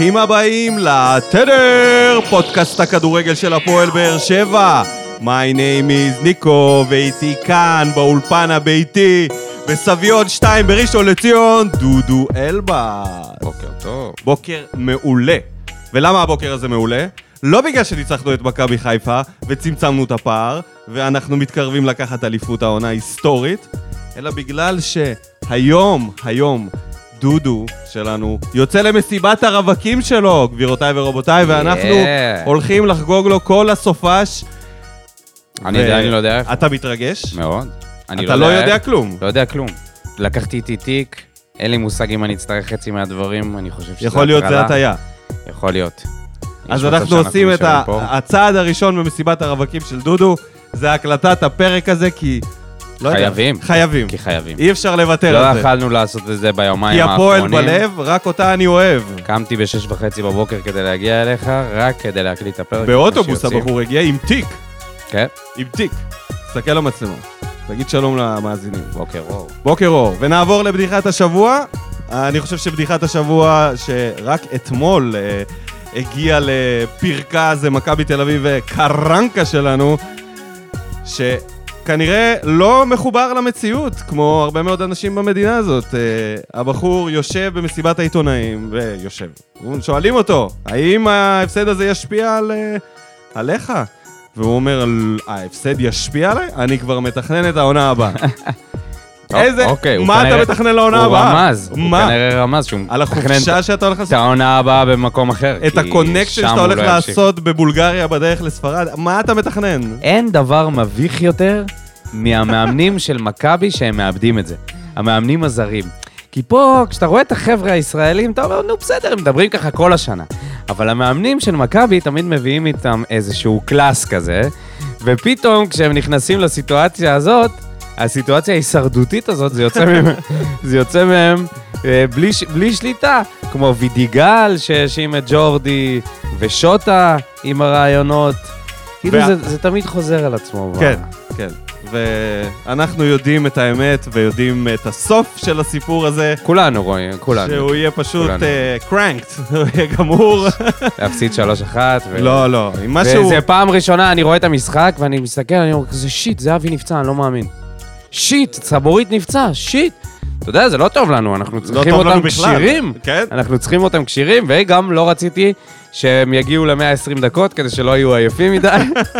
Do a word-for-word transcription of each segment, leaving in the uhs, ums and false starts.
ברוכים הבאים לתדר, פודקאסט הכדורגל של הפועל באר שבע. My name is ניקו, ואיתי כאן באולפן הביתי, בסביון שתיים בראשון לציון, דודו אלבאס. בוקר טוב. בוקר מעולה. ולמה הבוקר הזה מעולה? לא בגלל שניצחנו את מכבי חיפה וצמצמנו את הפער, ואנחנו מתקרבים לקחת אליפות העונה היסטורית, אלא בגלל שהיום, היום, דודו שלנו יוצא למסיבת הרווקים שלו, גבירותיי ורבותיי, ואנחנו Yeah. הולכים לחגוג לו כל הסופש. אני יודע, אני לא יודע איפה. אתה מתרגש? מאוד. אני אתה לא יודע כלום. לא יודע כלום. לקחתי איתי תיק, אין לי מושג אם אני אצטרך חצי מהדברים, אני חושב שזה יכול להיות זה הטעיה. יכול להיות. אז אנחנו עושים את הצעד הראשון במסיבת הרווקים של דודו, זה הקלטת הפרק הזה, כי... חייבים. חייבים. כי חייבים. אי אפשר לוותר לא על זה. לא יכלנו לעשות את זה ביומיים כי האחרונים. הפועל בלב, רק אותה אני אוהב. קמתי בשש וחצי בבוקר כדי להגיע אליך, רק כדי להקליט את הפרק. באוטובוס הבחור הגיע עם תיק. כן. עם תיק. תסתכל למצלמה. תגיד שלום למאזינים. בוקר אור. בוקר אור. ונעבור לבדיחת השבוע. אני חושב שבדיחת השבוע שרק אתמול אה, הגיע לפרקה, זה מכבי תל אביב קרנקה שלנו, שכנראה לא מחובר למציאות, כמו הרבה מאוד אנשים במדינה הזאת. אה, הבחור יושב במסיבת העיתונאים, ויושב. שואלים אותו, האם ההפסד הזה ישפיע על, אה, עליך? והוא אומר, ההפסד ישפיע עליי? אני כבר מתכנן את העונה הבאה. איזה, מה אתה מתכנן לעונה הבאה? הוא רמז, הוא כנראה רמז. על החופשה שאתה הולך לעשות? את העונה הבאה במקום אחר. את הקונקשן שאתה הולך לעשות בבולגריה בדרך לספרד, מה אתה מתכנן? אין דבר מביך יותר מהמאמנים של מכבי שהם מאבדים את זה. המאמנים הזרים. כי פה, כשאתה רואה את החבר'ה הישראלים, אתה אומר, נו בסדר, הם מדברים ככה כל השנה. אבל המאמנים של מכבי תמיד מביאים איתם איזשהו קלאס כזה, ופתאום כשהם נכנסים לסיטואציה הזאת, הסיטואציה ההישרדותית הזאת, זה יוצא מהם, זה יוצא מהם בלי, בלי שליטה, כמו וידיגל שהאשים את ג'ורדי, ושוטה עם הרעיונות. כאילו וה... זה, זה תמיד חוזר על עצמו. כן, בה. כן. ואנחנו יודעים את האמת, ויודעים את הסוף של הסיפור הזה. כולנו רואים, כולנו. שהוא יהיה פשוט קרנקט, הוא יהיה גמור. להפסיד שלוש אחת. ו... לא, לא, עם משהו... וזה פעם ראשונה, אני רואה את המשחק, ואני מסתכל, אני אומר, זה שיט, זה אבי נפצע, אני לא מאמין. שיט, סבורית נפצע, שיט. אתה יודע, זה לא טוב לנו, אנחנו צריכים לא אותם קשירים. כן? אנחנו צריכים אותם קשירים, וגם לא רציתי שהם יגיעו ל-מאה ועשרים דקות, כדי שלא יהיו עייפים מדי.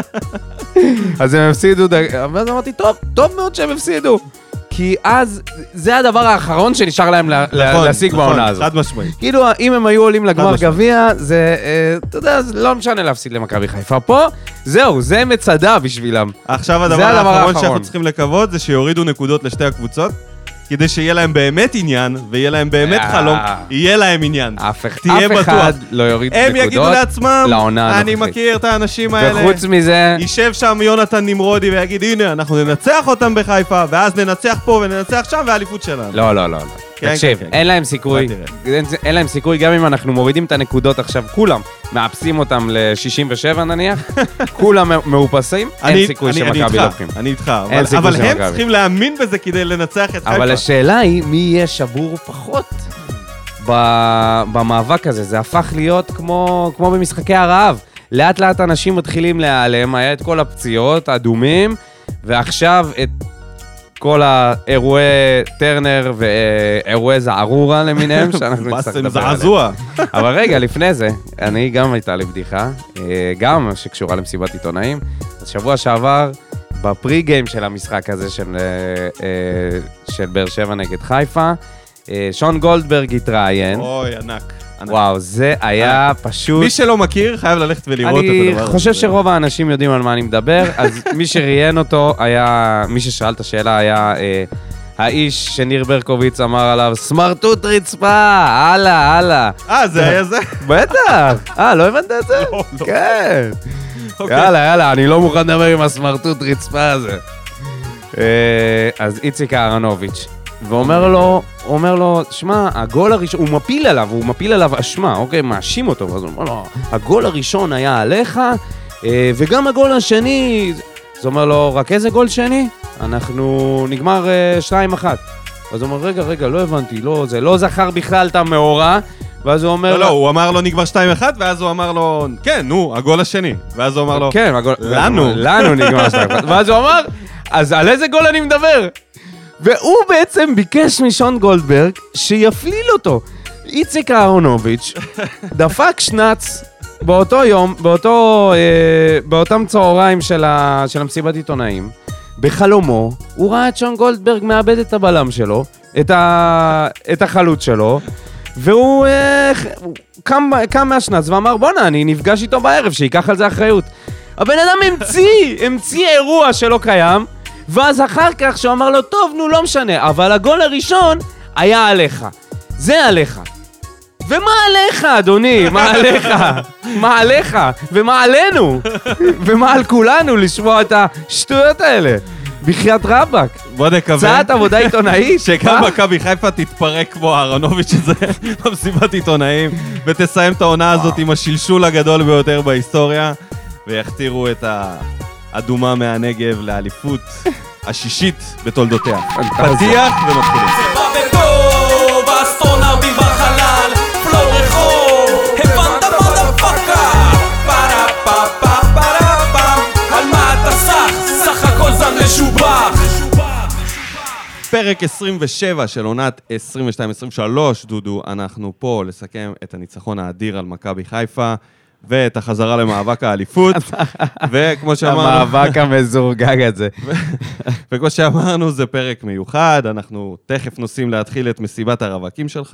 אז הם הפסידו, ואז אמרתי, טוב, טוב מאוד שהם הפסידו. כי אז, זה הדבר האחרון שנשאר להם להשיג בעונה הזאת. חד משמעי. כאילו, אם הם היו עולים לגמר גביע, זה, אתה יודע, זה לא משנה להפסיד למכבי חיפה. פה, זהו, זה מצדה בשבילם. עכשיו הדבר האחרון שאנחנו צריכים לקוות, זה שיורידו נקודות לשתי הקבוצות, כדי שיהיה להם באמת עניין, ויהיה להם באמת חלום, יהיה להם עניין. אף אחד לא יוריד נקודות. הם יגידו לעצמם, לעונה אני מכיר את האנשים האלה. וחוץ מזה... יישב שם יונתן נמרודי ויגיד, הנה, אנחנו ננצח אותם בחיפה, ואז ננצח פה וננצח שם, והאליפות שלנו. לא, לא, לא. תקשיב, אין להם סיכוי, אין להם סיכוי, גם אם אנחנו מורידים את הנקודות עכשיו, כולם מאפסים אותם ל-שישים ושבע נניח, כולם מאופסים, אין סיכוי שמכבי לוקחים. אני איתך, אבל הם צריכים להאמין בזה כדי לנצח את חיפה. אבל השאלה היא, מי יהיה שבור פחות במאבק הזה? זה הפך להיות כמו במשחקי הרעב. לאט לאט אנשים מתחילים להיעלם, היה את כל הפציעות, אדומים, ועכשיו את... כל האירועי טרנר ואירועי זערורה למיניהם, שאנחנו נצטרך לדבר עליהם. זעזוע. אבל רגע, לפני זה, אני גם הייתה לי בדיחה, גם שקשורה למסיבת עיתונאים. אז שבוע שעבר, בפרי גיים של המשחק הזה של, של באר שבע נגד חיפה, שון גולדברג התראיין. אוי, ענק. וואו, זה היה פשוט... מי שלא מכיר, חייב ללכת ולראות את הדבר הזה. אני חושב שרוב האנשים יודעים על מה אני מדבר, אז מי שראיין אותו היה, מי ששאל את השאלה היה האיש שניר ברקוביץ אמר עליו, סמרטוט רצפה, הלאה, הלאה. אה, זה היה זה? בטח. אה, לא הבנת את זה? לא, לא. כן. יאללה, יאללה, אני לא מוכן לדבר עם הסמרטוט רצפה הזה. אז איציק אהרונוביץ'. ואומר לו, הוא אומר לו, שמע, הגול הראשון, הוא מפיל עליו, הוא מפיל עליו אשמה, אוקיי, מאשים אותו, ואז הוא אומר לו, הגול הראשון היה עליך, וגם הגול השני, אז הוא אומר לו, רק איזה גול שני? אנחנו נגמר שתיים אחת. אז הוא אומר, רגע, רגע, לא הבנתי, לא, זה לא זכר בכלל את המאורע, ואז הוא אומר... לא, לא, הוא אמר לו נגמר שתיים אחד, ואז הוא אמר לו, כן, נו, הגול השני. ואז הוא אמר לו, כן, הגול... לנו. לנו נגמר שתיים אחד. ואז הוא אמר, אז על איזה גול אני מדבר? והוא בעצם ביקש משון גולדברג שיפליל אותו. איציק אהרונוביץ' דפק שנץ באותו יום, באותו, אה, באותם צהריים של, ה, של המסיבת עיתונאים, בחלומו, הוא ראה את שון גולדברג מאבד את הבלם שלו, את, ה, את החלוץ שלו, והוא אה, קם, קם מהשנץ ואמר, בונה, אני נפגש איתו בערב, שיקח על זה אחריות. הבן אדם המציא, המציא אירוע שלא קיים, ואז אחר כך שהוא אמר לו, טוב, נו, לא משנה, אבל הגול הראשון היה עליך. זה עליך. ומה עליך, אדוני? מה עליך? מה עליך? ומה עלינו? ומה על כולנו לשמוע את השטויות האלה? בחיית רבק. בוא נקווה. קצת עבודה עיתונאית. שגם מכבי חיפה תתפרק כמו אהרונוביץ' הזה במסיבת עיתונאים, ותסיים את העונה הזאת עם השלשול הגדול ביותר בהיסטוריה, ויכתירו את האדומה מהנגב לאליפות השישית בתולדותיה. פתיח ומתחילים. זה בא בטוב, האסטרונאוטים בחלל, פלואו רחוב, הבנת מודפאקה, פרה פה פה פרה פה, על מה אתה סח? סך הכל זן משובח. פרק עשרים ושבע של עונת עשרים ושתיים עשרים ושלוש, דודו, אנחנו פה לסכם את הניצחון האדיר על מכבי חיפה, ואת החזרה למאבק האליפות, וכמו שאמרנו... המאבק המזורגג הזה. וכמו שאמרנו, זה פרק מיוחד, אנחנו תכף נוסעים להתחיל את מסיבת הרווקים שלך,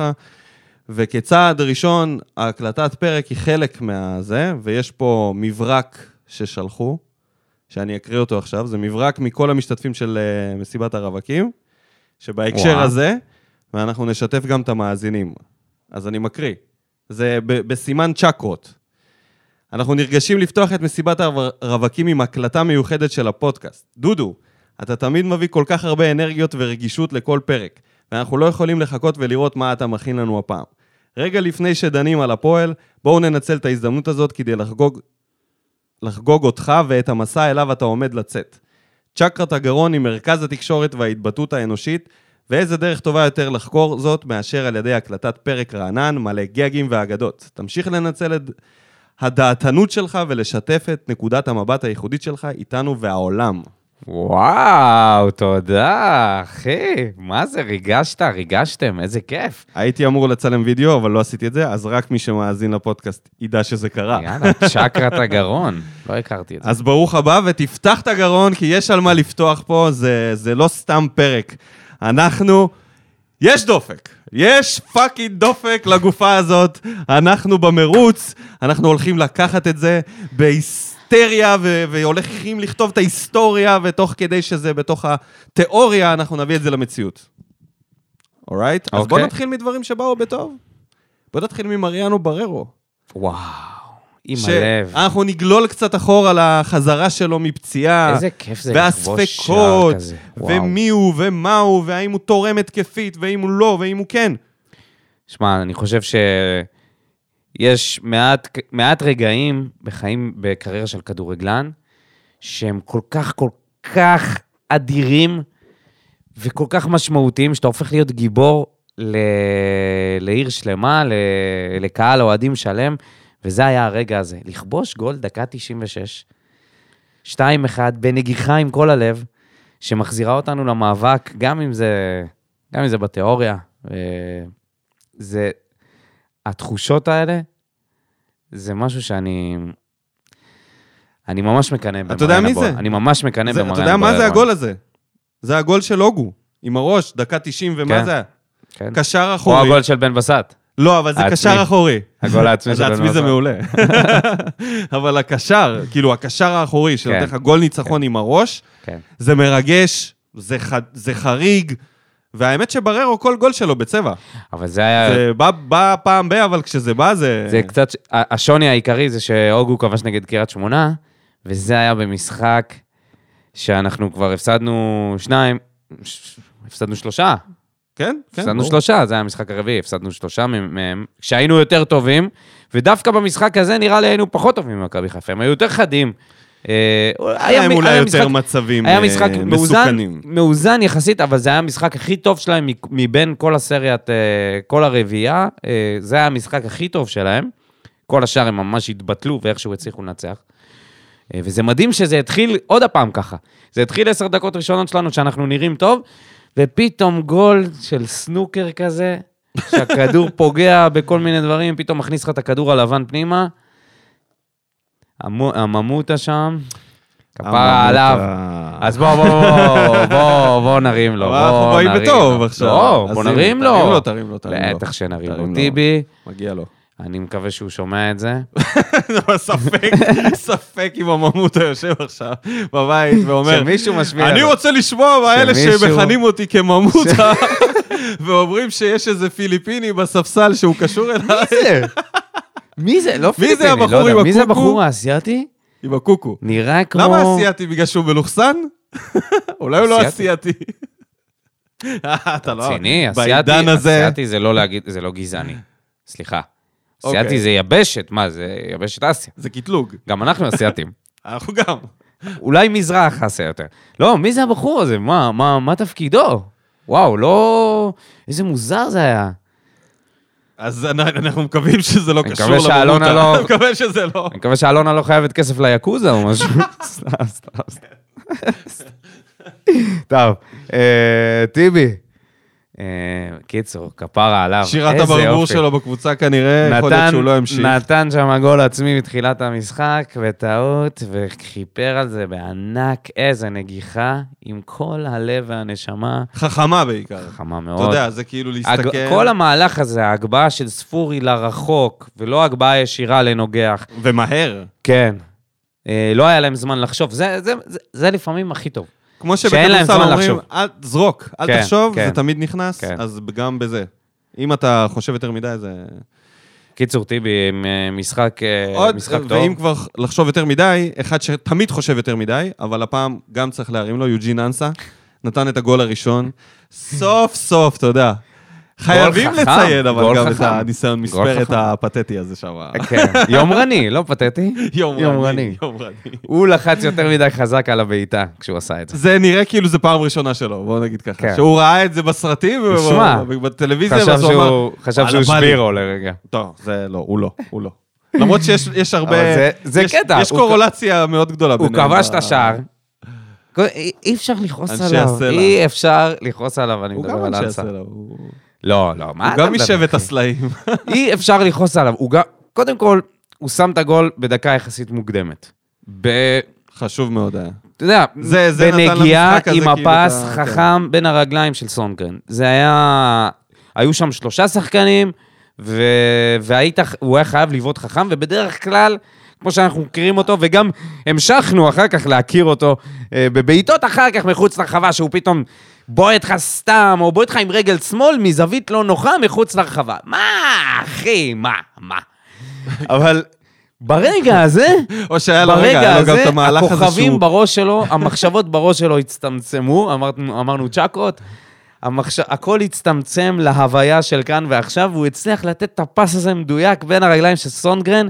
וכצעד ראשון, ההקלטת פרק היא חלק מהזה, ויש פה מברק ששלחו, שאני אקריא אותו עכשיו, זה מברק מכל המשתתפים של uh, מסיבת הרווקים, שבהקשר וואו. הזה, ואנחנו נשתף גם את המאזינים. אז אני מקריא. זה ב- בסימן צ'קרות. אנחנו נרגשים לפתוח את מסיבת הרווקים עם הקלטה מיוחדת של הפודקאסט. דודו, אתה תמיד מביא כל כך הרבה אנרגיות ורגישות לכל פרק, ואנחנו לא יכולים לחכות ולראות מה אתה מכין לנו הפעם. רגע לפני שדנים על הפועל, בואו ננצל את ההזדמנות הזאת כדי לחגוג, לחגוג אותך ואת המסע אליו אתה עומד לצאת. צ'קרת הגרון היא מרכז התקשורת וההתבטאות האנושית, ואיזה דרך טובה יותר לחקור זאת מאשר על ידי הקלטת פרק רענן, מלא גגים ואגדות. תמשיך לנצל את הדעתנות שלך ולשתף את נקודת המבט הייחודית שלך איתנו והעולם. וואו, תודה, אחי. מה זה, ריגשת, ריגשתם, איזה כיף. הייתי אמור לצלם וידאו, אבל לא עשיתי את זה, אז רק מי שמאזין לפודקאסט ידע שזה קרה. יאללה, צ'קרת הגרון. לא הכרתי את זה. אז ברוך הבא ותפתח את הגרון, כי יש על מה לפתוח פה, זה, זה לא סתם פרק. אנחנו, יש דופק. יש פאקינג דופק לגופה הזאת. אנחנו במרוץ, אנחנו הולכים לקחת את זה בהיסטריה, ו- והולכים לכתוב את ההיסטוריה, ותוך כדי שזה בתוך התיאוריה, אנחנו נביא את זה למציאות. אורייט? אז בוא נתחיל מדברים שבאו בטוב. בוא נתחיל ממריאנו בררו. וואו, עם הלב. אנחנו נגלול קצת אחורה על החזרה שלו מפציעה. איזה כיף זה לכבוש שער כזה. ומי הוא ומה הוא, והאם הוא תורם התקפית, והאם הוא לא, והאם הוא כן. שמע, אני חושב שיש מעט, מעט רגעים בחיים, בקריירה של כדורגלן, שהם כל כך, כל כך אדירים, וכל כך משמעותיים, שאתה הופך להיות גיבור ל... לעיר שלמה, ל... לקהל אוהדים שלם, וזה היה הרגע הזה. לכבוש גול דקה תשעים ושש, שתיים אחד, בנגיחה עם כל הלב, שמחזירה אותנו למאבק, גם אם זה, גם אם זה בתיאוריה. זה, התחושות האלה, זה משהו שאני, אני ממש מקנא במריאנו. אתה יודע מי זה? אני ממש מקנא במריאנו. אתה יודע מה זה הגול הזה? זה הגול של אוגו, עם הראש, דקה תשעים, ומה זה? כן. קשר אחורי. או הגול של בן בסט. לא, אבל זה קשר אחורי. הגול העצמי של בן בסט. העצמי זה מעולה. אבל הקשר, כאילו הקשר האחורי, שנותן לך גול ניצחון עם הראש, זה מרגש, זה חריג, והאמת שבררו כל גול שלו בצבע. אבל זה היה... זה בא, בא פעם ב, אבל כשזה בא זה... זה קצת... השוני העיקרי זה שאוגו כבש נגד קריית שמונה, וזה היה במשחק שאנחנו כבר הפסדנו שניים, הפסדנו שלושה. כן? כן. הפסדנו שלושה, זה היה המשחק הרביעי, הפסדנו שלושה מהם, כשהיינו יותר טובים, ודווקא במשחק הזה נראה לי היינו פחות טובים ממכבי חיפה, הם היו יותר חדים, היה אולי יותר מצבים מסוכנים. מאוזן יחסית, אבל זה היה המשחק הכי טוב שלהם מבין כל הסריית, כל הרביעייה, זה היה המשחק הכי טוב שלהם, כל השאר הם ממש התבטלו ואיכשהו הצליחו לנצח. וזה מדהים שזה התחיל עוד הפעם ככה. זה התחיל עשר דקות ראשונות שלנו שאנחנו נראים טוב, ופתאום גול של סנוקר כזה, שהכדור פוגע בכל מיני דברים, פתאום מכניס לך את הכדור הלבן פנימה, הממוטה שם, כפרה עליו. אז בוא, בוא, בוא, בוא, בוא נרים לו. אנחנו באים בטוב עכשיו. לא, בוא נרים לו. תרים לו, תרים לו, תרים לו. בטח שנרים לו. טיבי. מגיע לו. אני מקווה שהוא שומע את זה. ספק, ספק אם הממוטה יושב עכשיו בבית ואומר, שמישהו משמיע. אני רוצה לשמוע מאלה שמכנים אותי כממוטה, ואומרים שיש איזה פיליפיני בספסל שהוא קשור אליי. מי זה? מי זה? לא פיליפיני. מי זה הבחור עם הקוקו? מי זה הבחור האסייתי? עם הקוקו. נראה כמו... למה אסייתי? בגלל שהוא מלוכסן? אולי הוא לא אסייתי. אתה לא... רציני, אסייתי זה לא גזעני. סליחה. אסייתי זה יבשת, מה זה? יבשת אסיה. זה קטלוג. גם אנחנו אסייתים. אנחנו גם. אולי מזרח אסיה יותר. לא, מי זה הבחור הזה? מה, מה, מה תפקידו? וואו, לא... איזה מוזר זה היה. אז אנחנו מקווים שזה לא קשור לממוטה. אני מקווה שזה לא. אני מקווה שאלונה לא חייבת כסף ליקוזה או משהו. סתם, סתם, סתם. טוב, טיבי. קיצור, כפרה עליו. שירת הברבור שלו בקבוצה כנראה, יכול להיות שהוא לא המשיך. נתן שם גול עצמי מתחילת המשחק, בטעות, וחיפר על זה בענק, איזה נגיחה, עם כל הלב והנשמה. חכמה בעיקר. חכמה מאוד. אתה יודע, זה כאילו להסתכל. כל המהלך הזה, ההגבהה של ספורי לרחוק, ולא הגבהה ישירה לנוגח. ומהר. כן. לא היה להם זמן לחשוב. זה לפעמים הכי טוב. כמו שבכדורסל אומרים, אל תזרוק, אל תחשוב, זה תמיד נכנס, אז גם בזה. אם אתה חושב יותר מדי, זה... קיצור, טיבי, משחק טוב. ואם כבר לחשוב יותר מדי, אחד שתמיד חושב יותר מדי, אבל הפעם גם צריך להרים לו, יוג'ין אנסה, נתן את הגול הראשון, סוף סוף, אתה יודע. חייבים לציין, אבל גם את הניסיון מספרת הפתטי הזה שם. יומרני, לא פתטי. יומרני. הוא לחץ יותר מדי חזק על הביתה כשהוא עשה את זה. זה נראה כאילו זה פעם ראשונה שלו, בואו נגיד ככה. שהוא ראה את זה בסרטים ובטלוויזיה. חשב שהוא שבירו לרגע. טוב, זה לא, הוא לא, הוא לא. למרות שיש הרבה... זה קטע. יש קורולציה מאוד גדולה ביניהם. הוא כבש את השער. אי אפשר לכעוס עליו. אי אפשר לכעוס עליו, אני מדבר על אנסה. לא, לא, מה הוא גם יישב את הסלעים. אי אפשר לכעוס עליו. קודם כל, הוא שם את הגול בדקה יחסית מוקדמת. חשוב מאוד היה. אתה יודע, בנגיעה עם הפס חכם בין הרגליים של סונגרן. זה היה... היו שם שלושה שחקנים, והוא היה חייב לבעוט חכם, ובדרך כלל, כמו שאנחנו מכירים אותו, וגם המשכנו אחר כך להכיר אותו, בבעיטות אחר כך מחוץ לרחבה, שהוא פתאום... בוא איתך סתם, או בוא איתך עם רגל שמאל, מזווית לא נוחה, מחוץ לרחבה. מה, אחי, מה, מה? אבל ברגע הזה, או שהיה לו רגע, היה לו גם את המהלך הזה שהוא... הכוכבים בראש שלו, המחשבות בראש שלו הצטמצמו, אמרנו, אמרנו צ'קות, המחש... הכל הצטמצם להוויה של כאן ועכשיו, והוא הצליח לתת את הפס הזה מדויק בין הרגליים של סונגרן,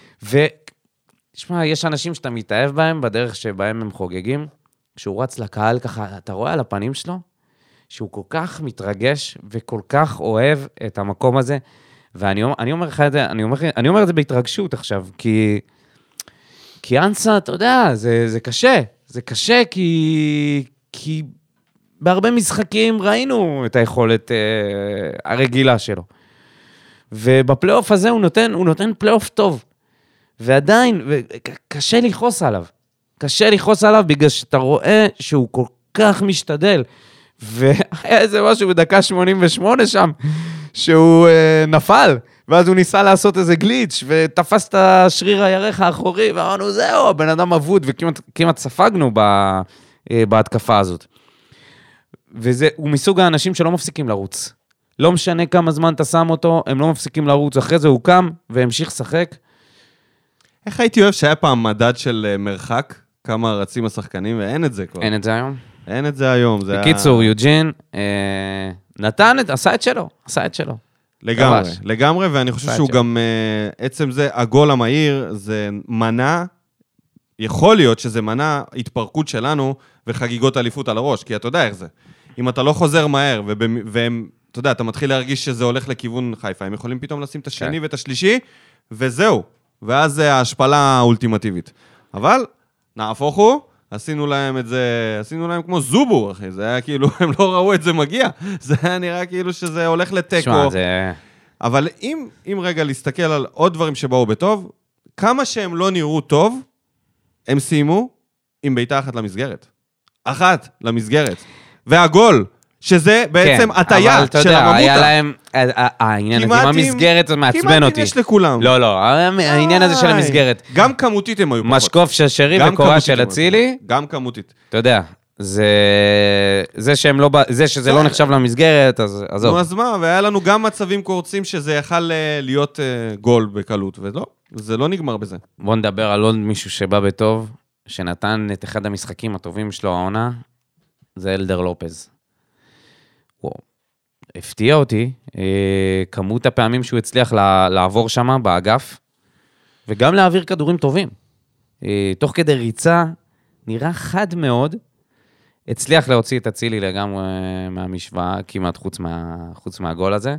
ותשמע, יש אנשים שאתה מתאהב בהם, בדרך שבהם הם חוגגים, כשהוא רץ לקהל ככה, אתה רואה על הפנים שלו, שהוא כל כך מתרגש וכל כך אוהב את המקום הזה, ואני אני אומר לך את זה, אני אומר, אני אומר את זה בהתרגשות עכשיו, כי, כי אנסה, אתה יודע, זה, זה קשה, זה קשה כי, כי בהרבה משחקים ראינו את היכולת אה, הרגילה שלו, ובפלייאוף הזה הוא נותן, הוא נותן פלייאוף טוב, ועדיין, קשה לכעוס עליו, קשה לכעוס עליו בגלל שאתה רואה שהוא כל כך משתדל, והיה איזה משהו בדקה שמונים ושמונה שם, שהוא אה, נפל, ואז הוא ניסה לעשות איזה גליץ', ותפס את השריר הירך האחורי, ואמרנו, זהו, הבן אדם אבוד, וכמעט ספגנו ב, אה, בהתקפה הזאת. והוא מסוג האנשים שלא מפסיקים לרוץ. לא משנה כמה זמן אתה שם אותו, הם לא מפסיקים לרוץ, אחרי זה הוא קם, והמשיך לשחק. איך הייתי אוהב שהיה פעם מדד של מרחק, כמה רצים השחקנים, ואין את זה כבר. אין את זה היום? אין את זה היום. בקיצור, יוג'ין אה, נתן את, עשה את שלו, עשה את שלו. לגמרי, כבש. לגמרי, ואני חושב שהוא שלו. גם, אה, עצם זה, הגול המהיר, זה מנע יכול להיות שזה מנע התפרקות שלנו וחגיגות אליפות על הראש, כי אתה יודע איך זה. אם אתה לא חוזר מהר, והם, אתה יודע, אתה מתחיל להרגיש שזה הולך לכיוון חיפה, הם יכולים פתאום לשים את השני ואת השלישי, וזהו. ואז זה ההשפלה האולטימטיבית. אבל, נהפוך הוא, עשינו להם את זה, עשינו להם כמו זובור, אחי. זה היה כאילו, הם לא ראו את זה מגיע. זה היה נראה כאילו שזה הולך לטקו. שמה, זה... אבל אם, אם רגע להסתכל על עוד דברים שבאו בטוב, כמה שהם לא נראו טוב, הם סיימו עם ביתה אחת למסגרת. אחת למסגרת. והגול, שזה בעצם הטיה של הממוטה. היה להם, העניין הזה עם המסגרת מעצבן אותי. כמעט אם יש לכולם. לא, לא, העניין הזה של המסגרת. גם כמותית הם היו פחות. משקוף ששרי וקורה של אצילי. גם כמותית. אתה יודע, זה שהם לא, זה שזה לא נחשב למסגרת, אז עזוב. נו, אז מה, והיה לנו גם מצבים קורצים שזה יכל להיות גול בקלות, ולא, זה לא נגמר בזה. בוא נדבר על עוד מישהו שבא בטוב, שנתן את אחד המשחקים הטובים שלו העונה, זה אלדר לופז. וואו, הפתיע אותי, כמות הפעמים שהוא הצליח לעבור שמה באגף, וגם להעביר כדורים טובים. תוך כדי ריצה, נראה חד מאוד, הצליח להוציא את אצילי לגמרי מהמשוואה, כמעט חוץ, מה, חוץ מהגול הזה.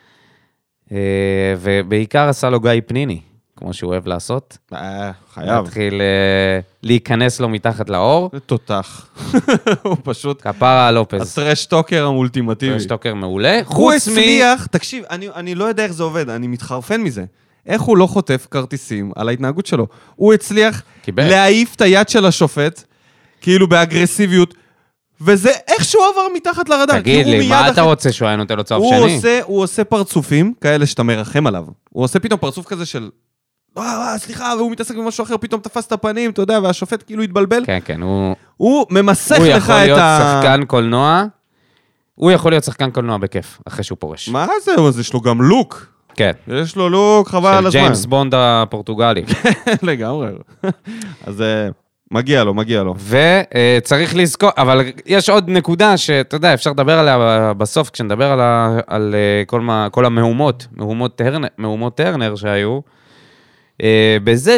ובעיקר עשה לו גיא פניני, כמו שהוא אוהב לעשות. חייב. התחיל להיכנס לו מתחת לאור. זה תותח. הוא פשוט... כפרה לופז. הטרשטוקר המולטימטיבי. טרשטוקר מעולה. הוא הצליח, תקשיב, אני, אני לא יודע איך זה עובד, אני מתחרפן מזה. איך הוא לא חוטף כרטיסים על ההתנהגות שלו? הוא הצליח להעיף את היד של השופט, כאילו באגרסיביות, וזה איכשהו עבר מתחת לרדאר. תגיד לי, מה אתה רוצה שהוא היה נותן לו צהוב שני? הוא עושה פרצופים כאלה שאתה מרחם עליו. הוא עושה פתאום פרצוף כזה של, סליחה, והוא מתעסק במשהו אחר, פתאום תפס את הפנים, אתה יודע, והשופט כאילו התבלבל. כן, כן, הוא... הוא ממסך לך את ה... הוא יכול להיות שחקן קולנוע, הוא יכול להיות שחקן קולנוע בכיף, אחרי שהוא פורש. מה זה? אז יש לו גם לוק. כן. יש לו לוק, חבל על הזמן. של ג'יימס בונד הפורטוגלי. לגמרי. אז... מגיע לו, מגיע לו. וצריך לזכור, אבל יש עוד נקודה שאתה יודע, אפשר לדבר עליה בסוף, כשנדבר על, ה, על כל, מה, כל המהומות, מהומות טרנר, מהומות טרנר שהיו, בזה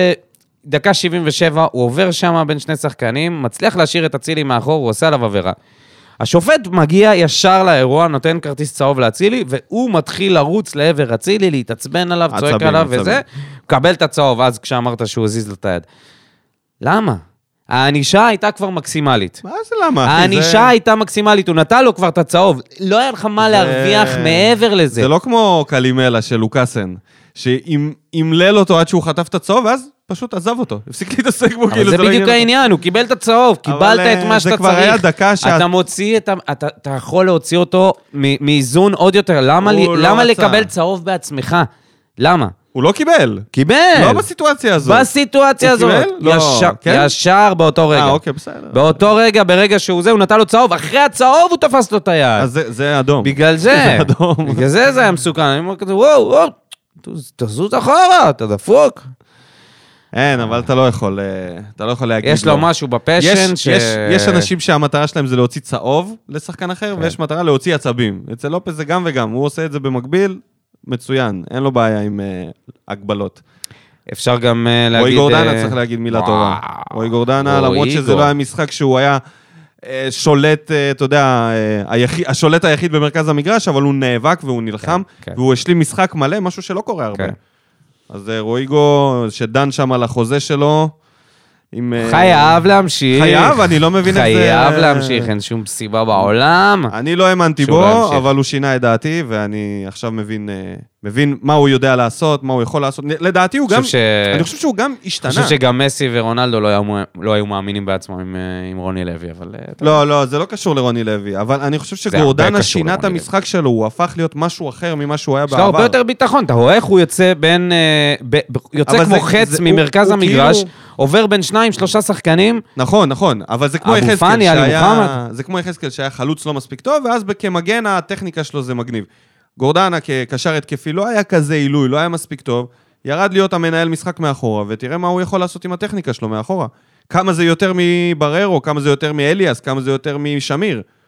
שדקה שבעים ושבע, הוא עובר שם בין שני שחקנים, מצליח להשאיר את אצילי מאחור, הוא עושה עליו עבירה. השופט מגיע ישר לאירוע, נותן כרטיס צהוב לאצילי, והוא מתחיל לרוץ לעבר אצילי, להתעצבן עליו, צועק עליו עצבים. וזה, קבל את הצהוב, אז כשאמרת שהוא הזיז לו את היד. למה? האנישה הייתה כבר מקסימלית. מה זה למה? האנישה זה... הייתה מקסימלית, הוא נתן לו כבר את הצהוב. לא היה לך מה זה... להרוויח מעבר לזה. זה לא כמו קלימלה של לוקאסן, שימלל אותו עד שהוא חטף את הצהוב, ואז פשוט עזב אותו. הפסיק להתעסק בו. אבל זה בדיוק העניין, הוא קיבל את הצהוב, קיבלת את מה שאתה צריך. היה דקה שאת... אתה מוציא את ה... אתה, אתה יכול להוציא אותו מאיזון עוד יותר. למה, לי... למה לקבל צהוב בעצמך? למה? הוא לא קיבל. קיבל. לא בסיטואציה הזאת. בסיטואציה הזאת. הוא קיבל? לא. ישר, כן? ישר באותו רגע. אה, אוקיי, בסדר. באותו רגע, ברגע שהוא זה, הוא נתן לו צהוב, אחרי הצהוב הוא תפס לו את היד. אז זה, זה אדום. בגלל זה. זה אדום. בגלל זה זה היה מסוכן. אני אומר כזה, וואו, וואו, תזוז אחורה, אתה דפוק. אין, אבל אתה לא יכול, אתה לא יכול להגיד לו. יש לו משהו בפשן ש... יש, יש אנשים שהמטרה שלהם זה להוציא צהוב לשחקן אחר, ויש מטרה להוציא עצבים. אצל לופס זה גם וגם. הוא עושה את זה במקביל. מצוין, אין לו בעיה עם uh, הגבלות. אפשר גם uh, להגיד... רועי גורדנה, uh... צריך להגיד מילה וואו, טובה. רועי גורדנה, רועי למרות שזה גור. לא היה משחק שהוא היה uh, שולט, uh, אתה יודע, uh, היחיד, השולט היחיד במרכז המגרש, אבל הוא נאבק והוא נלחם, כן, והוא השלים משחק מלא, משהו שלא קורה הרבה. כן. אז uh, רועי גור, שדן שם על החוזה שלו, עם... חייב להמשיך. חייב, אני לא מבין איך זה... חייב להמשיך, אין שום סיבה בעולם. אני לא האמנתי בו, אבל הוא שינה את דעתי, ואני עכשיו מבין, מבין מה הוא יודע לעשות, מה הוא יכול לעשות. לדעתי הוא גם... אני חושב שהוא גם השתנה. אני חושב שגם מסי ורונלדו לא היו מאמינים בעצמם עם רוני לוי, אבל... לא, לא, זה לא קשור לרוני לוי, אבל אני חושב שגורדנה שינה את המשחק שלו, הוא הפך להיות משהו אחר ממה שהוא היה בעבר. יש לו הרבה יותר ביטחון, אתה רואה איך הוא יוצא בין... יוצא כמו חץ ממרכז המגרש, עובר בין שניים, שלושה שחקנים. נכון, נכון, אבל זה כמו יחזקאל שהיה, זה כמו יחזקאל שהיה חלוץ לא מספיק טוב, ואז כמגן הטכניקה שלו זה מגניב. גורדנה כקשר התקפי לא היה כזה עילוי, לא היה מספיק טוב, ירד להיות המנהל משחק מאחורה, ותראה מה הוא יכול לעשות עם הטכניקה שלו מאחורה. כמה זה יותר מבררו, כמה זה יותר מאליאס, כמה זה יותר משמיר.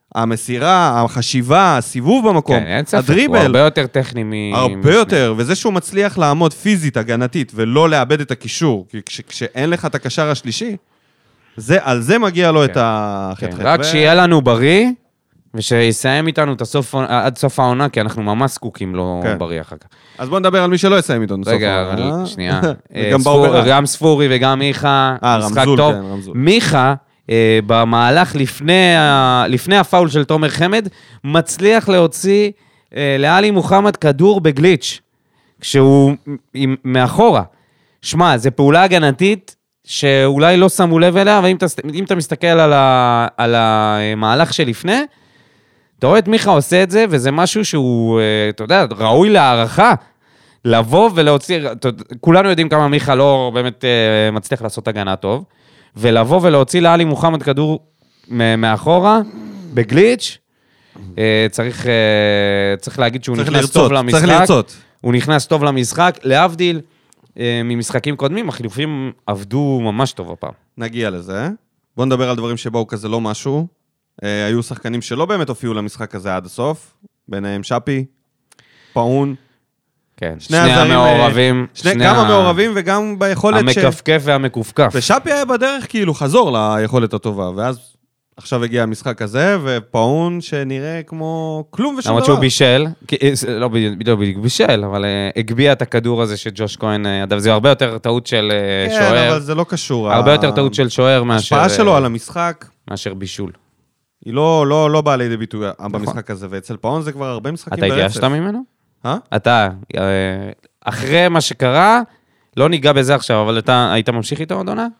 המסירה, החשיבה, הסיבוב במקום, כן, אין ספק, הדריבל. הוא הרבה יותר טכני מ... הרבה יותר, וזה שהוא מצליח לעמוד פיזית, הגנתית, ולא לאבד את הקישור, כי כש, כשאין לך את הקשר השלישי, זה, על זה מגיע לו כן. את החטחט. כן, רק ו... שיהיה לנו בריא, ושיסיים איתנו את הסוף, עד סוף העונה, כי אנחנו ממש זקוקים לו כן. בריא אחר כך. אז בוא נדבר על מי שלא יסיים איתנו. רגע, אבל שנייה. וגם ספור, גם ספורי וגם מיכה, משחק טוב. כן, רמזול. מיכה, אה, במהלך לפני, ה... לפני הפאול של תומר חמד, מצליח להוציא אה, לאלי מוחמד כדור בגליץ', כשהוא עם, מאחורה. שמע, זו פעולה הגנתית, שאולי לא שמו לב אליה, אבל אם אתה, אם אתה מסתכל על, ה, על המהלך שלפני, אתה רואה את מיכה עושה את זה, וזה משהו שהוא, אתה יודע, ראוי להערכה, לבוא ולהוציא, כולנו יודעים כמה מיכה לא באמת מצליח לעשות הגנה טוב, ולבוא ולהוציא לאלי מוחמד כדור מאחורה, בגליץ', צריך, צריך להגיד שהוא נכנס לרצות, טוב למשחק. צריך לרצות. הוא נכנס טוב למשחק, להבדיל, ממשחקים קודמים, החילופים עבדו ממש טוב הפעם. נגיע לזה. בוא נדבר על דברים שבאו כזה לא משהו. היו שחקנים שלא באמת הופיעו למשחק הזה עד הסוף, ביניהם שפי, פאון. כן, שני המעורבים. גם המעורבים וגם ביכולת ש... המקפקף והמקופקף. ושפי היה בדרך כאילו חזור ליכולת הטובה, ואז עכשיו הגיע המשחק הזה, ופאון שנראה כמו כלום ושום דבר. למרות שהוא בישל, לא בדיוק בישל, אבל הגביע את הכדור הזה שג'וש כהן, זה הרבה יותר טעות של שוער. כן, אבל זה לא קשור. הרבה יותר טעות של שוער מאשר... השפעה שלו על המשחק. מאשר בישול. היא לא, לא, לא באה לידי ביטוי במשחק הזה, ואצל פאון זה כבר הרבה משחקים ברצף. אתה התייאשת ממנו? אה? אתה, אחרי מה שקרה, לא ניגע בזה עכשיו, אבל אתה היית ממשיך איתו עוד עונה?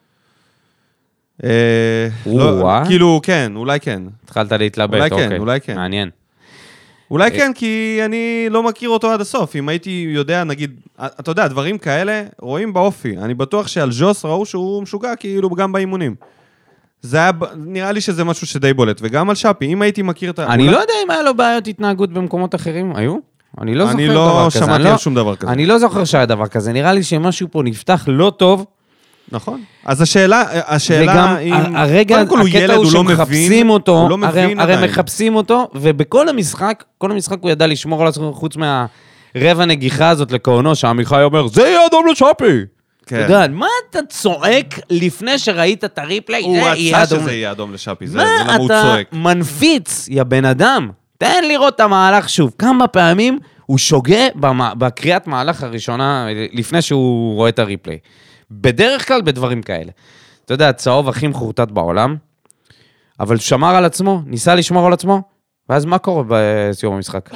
כאילו, כן, אולי כן. התחלת להתלבט, אולי אוקיי. כן, אולי כן. מעניין. אולי כן, כי אני לא מכיר אותו עד הסוף. אם הייתי יודע, נגיד, אתה יודע, דברים כאלה רואים באופי. אני בטוח שעל ז'וס ראו שהוא משוגע, כאילו גם באימונים. זה היה, נראה לי שזה משהו שדי בולט, וגם על שפי, אם הייתי מכיר את... אני לא יודע אם היה לו בעיות התנהגות במקומות אחרים, היו? אני לא זוכר דבר כזה. אני לא שמעתי על שום דבר כזה. אני לא זוכר שהיה דבר כזה, נראה לי שמשהו פה נפתח לא טוב. נכון. אז השאלה, השאלה אם... הרגע, הקטע הוא שמחפשים אותו, הרי מחפשים אותו, ובכל המשחק, כל המשחק הוא ידע לשמור על עצמו, חוץ מהרבע נגיחה הזאת לקורנו, שהמיכאי אומר, זה יהיה אדום לשפי. אתה יודע, מה אתה צועק לפני שראית את הריפלי? הוא רצה שזה יהיה אדום לשפי, זה למה הוא צועק. מה אתה מנפיץ, יא בן אדם? תן לראות את המהלך שוב. כמה פעמים הוא שוגע בקריאת מהלך הראשונה, לפני שהוא רואה את הריפלי. בדרך כלל בדברים כאלה. אתה יודע, צהוב הכי מחורטט בעולם, אבל שמר על עצמו, ניסה לשמור על עצמו, ואז מה קורה בסיום המשחק?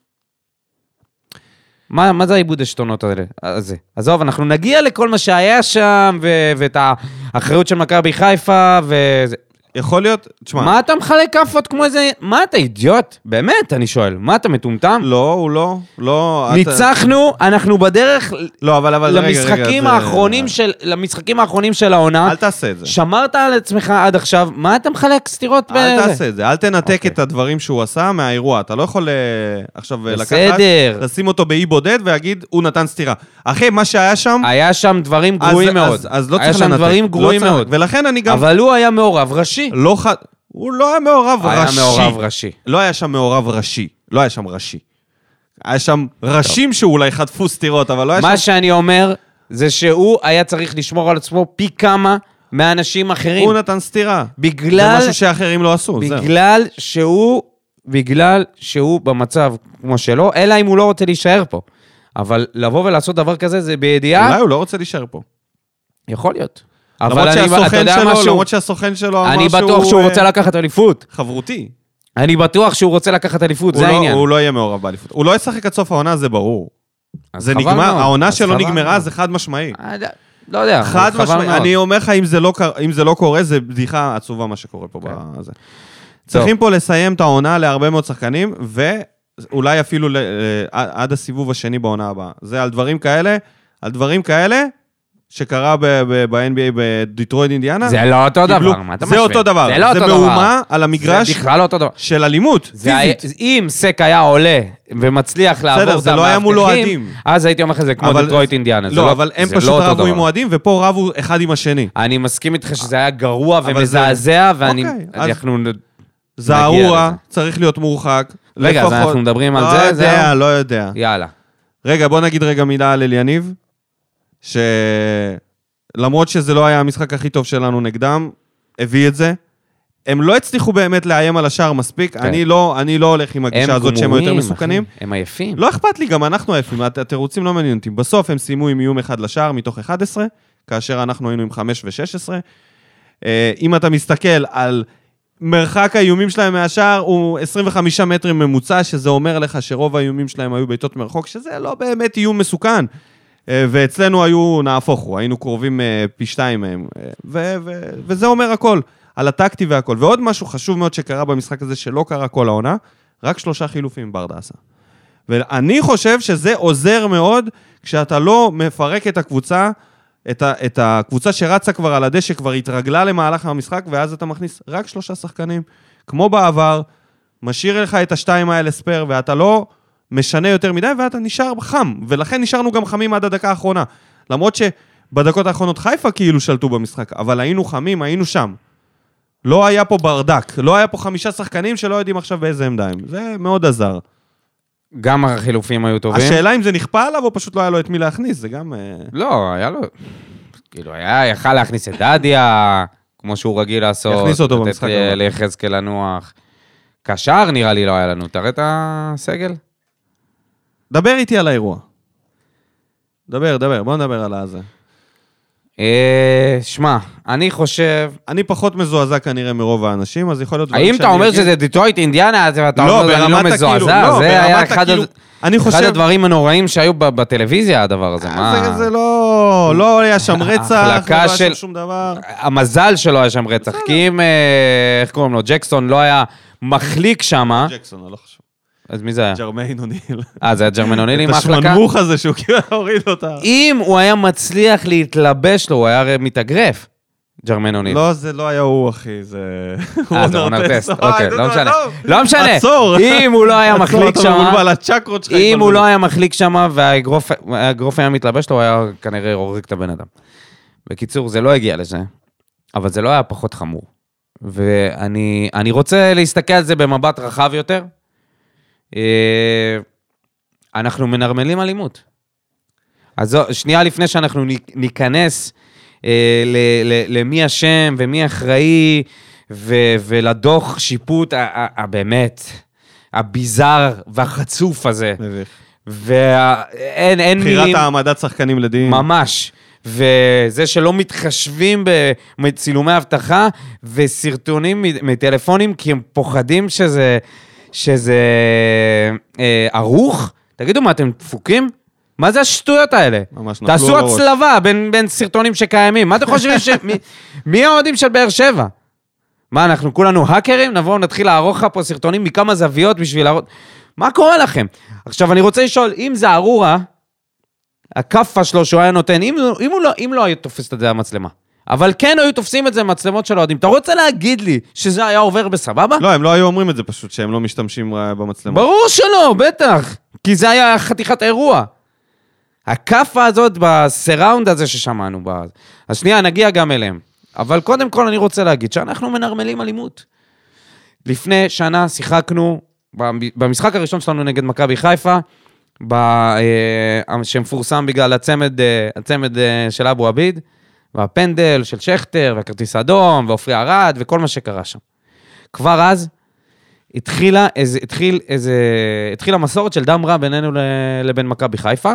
מה, מה זה העיבוד השתונות הזה? עזוב, אנחנו נגיע לכל מה שהיה שם, ו- ואת האחריות של מכבי חיפה, וזה... יכול להיות, תשמע... מה אתה מחלק כפות כמו איזה... מה אתה אידיוט? באמת, אני שואל. מה אתה מטומטם? לא, הוא לא, לא... ניצחנו, אתה... אנחנו בדרך... לא, אבל, אבל... למשחקים רגע, האחרונים זה... של... למשחקים האחרונים של העונה. אל תעשה את זה. שמרת על עצמך עד עכשיו, מה אתה מחלק סתירות בזה? אל תעשה את זה, אל תנתק okay. את הדברים שהוא עשה מהאירוע. אתה לא יכול עכשיו לקחת... לשים אותו באי בודד ולהגיד, הוא נתן סתירה. אחי, מה שהיה שם... היה שם דברים גרועים מאוד. אז, אז לא צריך לנתק. דברים גרועים לא מאוד. ולכן אני גם... אבל הוא היה מעורב ראשי. לא ח... הוא לא היה מעורב היה ראשי. היה מעורב ראשי. לא היה שם מעורב ראשי. לא היה שם ראשי. היה שם ראשים שאולי חטפו סתירות, אבל לא היה שם... מה שאני אומר, זה שהוא היה צריך לשמור על עצמו פי כמה מאנשים אחרים. הוא נתן סתירה. בגלל... זה משהו שאחרים לא עשו. בגלל זהו. שהוא... בגלל שהוא במצב כמו שלו, אלא אם הוא לא רוצה להישאר פה. אבל לבוא ולעשות דבר כזה, זה בידיעה... אולי הוא לא רוצה להישאר פה. יכול להיות. למרות שהסוכן שלו, למרות שהסוכן שלו אמר שהוא... אני בטוח שהוא רוצה לקחת אליפות. חברותי. אני בטוח שהוא רוצה לקחת אליפות, זה העניין. הוא לא יהיה מעורב באליפות. הוא לא ישחק עד סוף העונה, זה ברור. זה נגמר, העונה שלו נגמרה, זה חד משמעי. לא יודע. חד משמעי. אני אומר לך, אם זה לא קורה, זה בדיחה עצובה מה שקורה פה בזה. צריכים פה לסיים את העונה להרבה מאוד שחקנים, ואולי אפילו עד הסיבוב השני בעונה הבאה. זה על דברים כאלה, על דברים כאלה, שקרה ב-אן בי איי בדיטרויט אינדיאנה. זה לא אותו דבר, מה אתה משווה? זה אותו דבר, זה מהומה על המגרש של אלימות, פיזית. אם סק היה עולה ומצליח לעבור את המאבטחים, זה לא היה מול אוהדים. אז הייתי אומר לך, זה כמו דיטרויט אינדיאנה. לא, אבל הם פשוט רבו עם אוהדים, ופה רבו אחד עם השני. אני מסכים איתך שזה היה גרוע ומזעזע, ואנחנו... זערורה, צריך להיות מורחק. רגע, אז אנחנו מדברים על זה? לא יודע, לא יודע. יאללה. רגע, בוא נגיד רגע מילה על אליניב, שלמרות שזה לא היה המשחק הכי טוב שלנו נגדם, הביא את זה. הם לא הצליחו באמת לאיים על השאר מספיק, אני לא, אני לא הולך עם הגישה הזאת שהם יותר מסוכנים. הם עייפים. לא אכפת לי, גם אנחנו עייפים, התירוצים לא מעניינים אותי. בסוף הם סיימו עם איום אחד לשער מתוך אחת עשרה, כאשר אנחנו היינו עם חמש ושש עשרה. אם אתה מסתכל על מרחק האיומים שלהם מהשער, הוא עשרים וחמישה מטרים ממוצע, שזה אומר לך שרוב האיומים שלהם היו בעיטות מרחוק, שזה לא באמת איום מסוכן. ואצלנו היו, נהפוכו, היינו קרובים פי שתיים מהם, וזה אומר הכל. על הטקטי והכל. ועוד משהו חשוב מאוד שקרה במשחק הזה, שלא קרה כל העונה, רק שלושה חילופים ברדה עשה. ואני חושב שזה עוזר מאוד, כשאתה לא מפרק את הקבוצה, את, ה, את הקבוצה שרצה כבר על הדשא, כבר התרגלה למהלך המשחק, ואז אתה מכניס רק שלושה שחקנים, כמו בעבר, משאיר לך את השתיים האלה ספר, ואתה לא משנה יותר מדי, ואתה נשאר חם, ולכן נשארנו גם חמים עד הדקה האחרונה. למרות שבדקות האחרונות חיפה כאילו שלטו במשחק, אבל היינו חמים, היינו שם. לא היה פה ברדק, לא היה פה חמישה שחקנים שלא יודעים עכשיו באיזה עמדיים. זה מאוד עזר. גם החילופים היו טובים. השאלה אם זה נכפה עליו או פשוט לא היה לו את מי להכניס, זה גם... לא, היה לו... כאילו, היה יכל להכניס את דדיה, כמו שהוא רגיל לעשות. יכניס אותו במשחק. לתת ליחזקאל לנוח. קשר נראה לי לא היה לנו. תראה את הסגל. דבר איתי על האירוע. דבר, דבר, בוא נדבר על הזה. שמע, אני חושב... אני פחות מזועזע כנראה מרוב האנשים, אז יכול להיות... האם אתה אומר שזה דיטרויט אינדיאנה, ואתה אומר אני לא מזועזע? זה היה אחד הדברים הנוראים שהיו בטלוויזיה, הדבר הזה. זה לא... לא היה שם רצח, לא היה שם שום דבר. המזל שלא היה שם רצח, כי אם, איך קוראים לו, ג'קסון לא היה מחליק שם... ג'קסון, אני לא חשוב. אז מי זה היה? ג'רמיין אוניל. אה, זה היה ג'רמיין אוניל עם ההחלקה? את השמנמוך הזה שהוא כאילו הוריד אותה. אם הוא היה מצליח להתלבש לו, הוא היה מתאגרף. ג'רמיין אוניל. לא, זה לא היה הוא, אחי, זה... אה, זה רונר טסט, אוקיי, לא משנה. לא משנה. עצור. אם הוא לא היה מחליק שם... אם הוא לא היה מחליק שם, והאגרוף היה מתלבש לו, הוא היה כנראה הורג את הבן אדם. בקיצור, זה לא הגיע לזה, אבל זה לא היה פחות חמור. ואני רוצה להסתכל על זה במבט רחב יותר. אנחנו מנרמלים אלימות. אז שנייה לפני שאנחנו ניכנס למי השם ומי אחראי ולדוח שיפוט הבאמת, הביזר והחצוף הזה. ואין מילים. בחירת העמדת שחקנים לדין. ממש. וזה שלא מתחשבים בצילומי הבטחה וסרטונים מטלפונים כי הם פוחדים שזה... שזה אה, ערוך, תגידו מה, אתם דפוקים? מה זה השטויות האלה? ממש נפלו תעשו הצלבה בין, בין סרטונים שקיימים, מה אתם חושבים ש... מי, מי האוהדים של באר שבע? מה, אנחנו כולנו האקרים? נבואו נתחיל לערוך לך פה סרטונים מכמה זוויות בשביל להראות... מה קורה לכם? עכשיו אני רוצה לשאול, אם זה ארורה, הכפה שלו שהוא היה נותן, אם, אם, הוא לא, אם לא היה תופס את זה המצלמה, אבל כן היו תופסים את זה מצלמות של אוהדים. אתה רוצה להגיד לי שזה היה עובר בסבבה? לא, הם לא היו אומרים את זה פשוט, שהם לא משתמשים במצלמות. ברור שלא, בטח. כי זה היה חתיכת האירוע. הכפה הזאת בסראונד הזה ששמענו. אז שנייה, נגיע גם אליהם. אבל קודם כל אני רוצה להגיד שאנחנו מנרמלים אלימות. לפני שנה שיחקנו, במשחק הראשון שלנו נגד מכבי חיפה, שמפורסם בגלל הצמד, הצמד של אבו עביד, והפנדל של שכטר, והכרטיס אדום, ואופרי ארד, וכל מה שקרה שם. כבר אז, התחילה איזה, התחיל איזה, התחילה מסורת של דם רע בינינו לבין מכבי חיפה,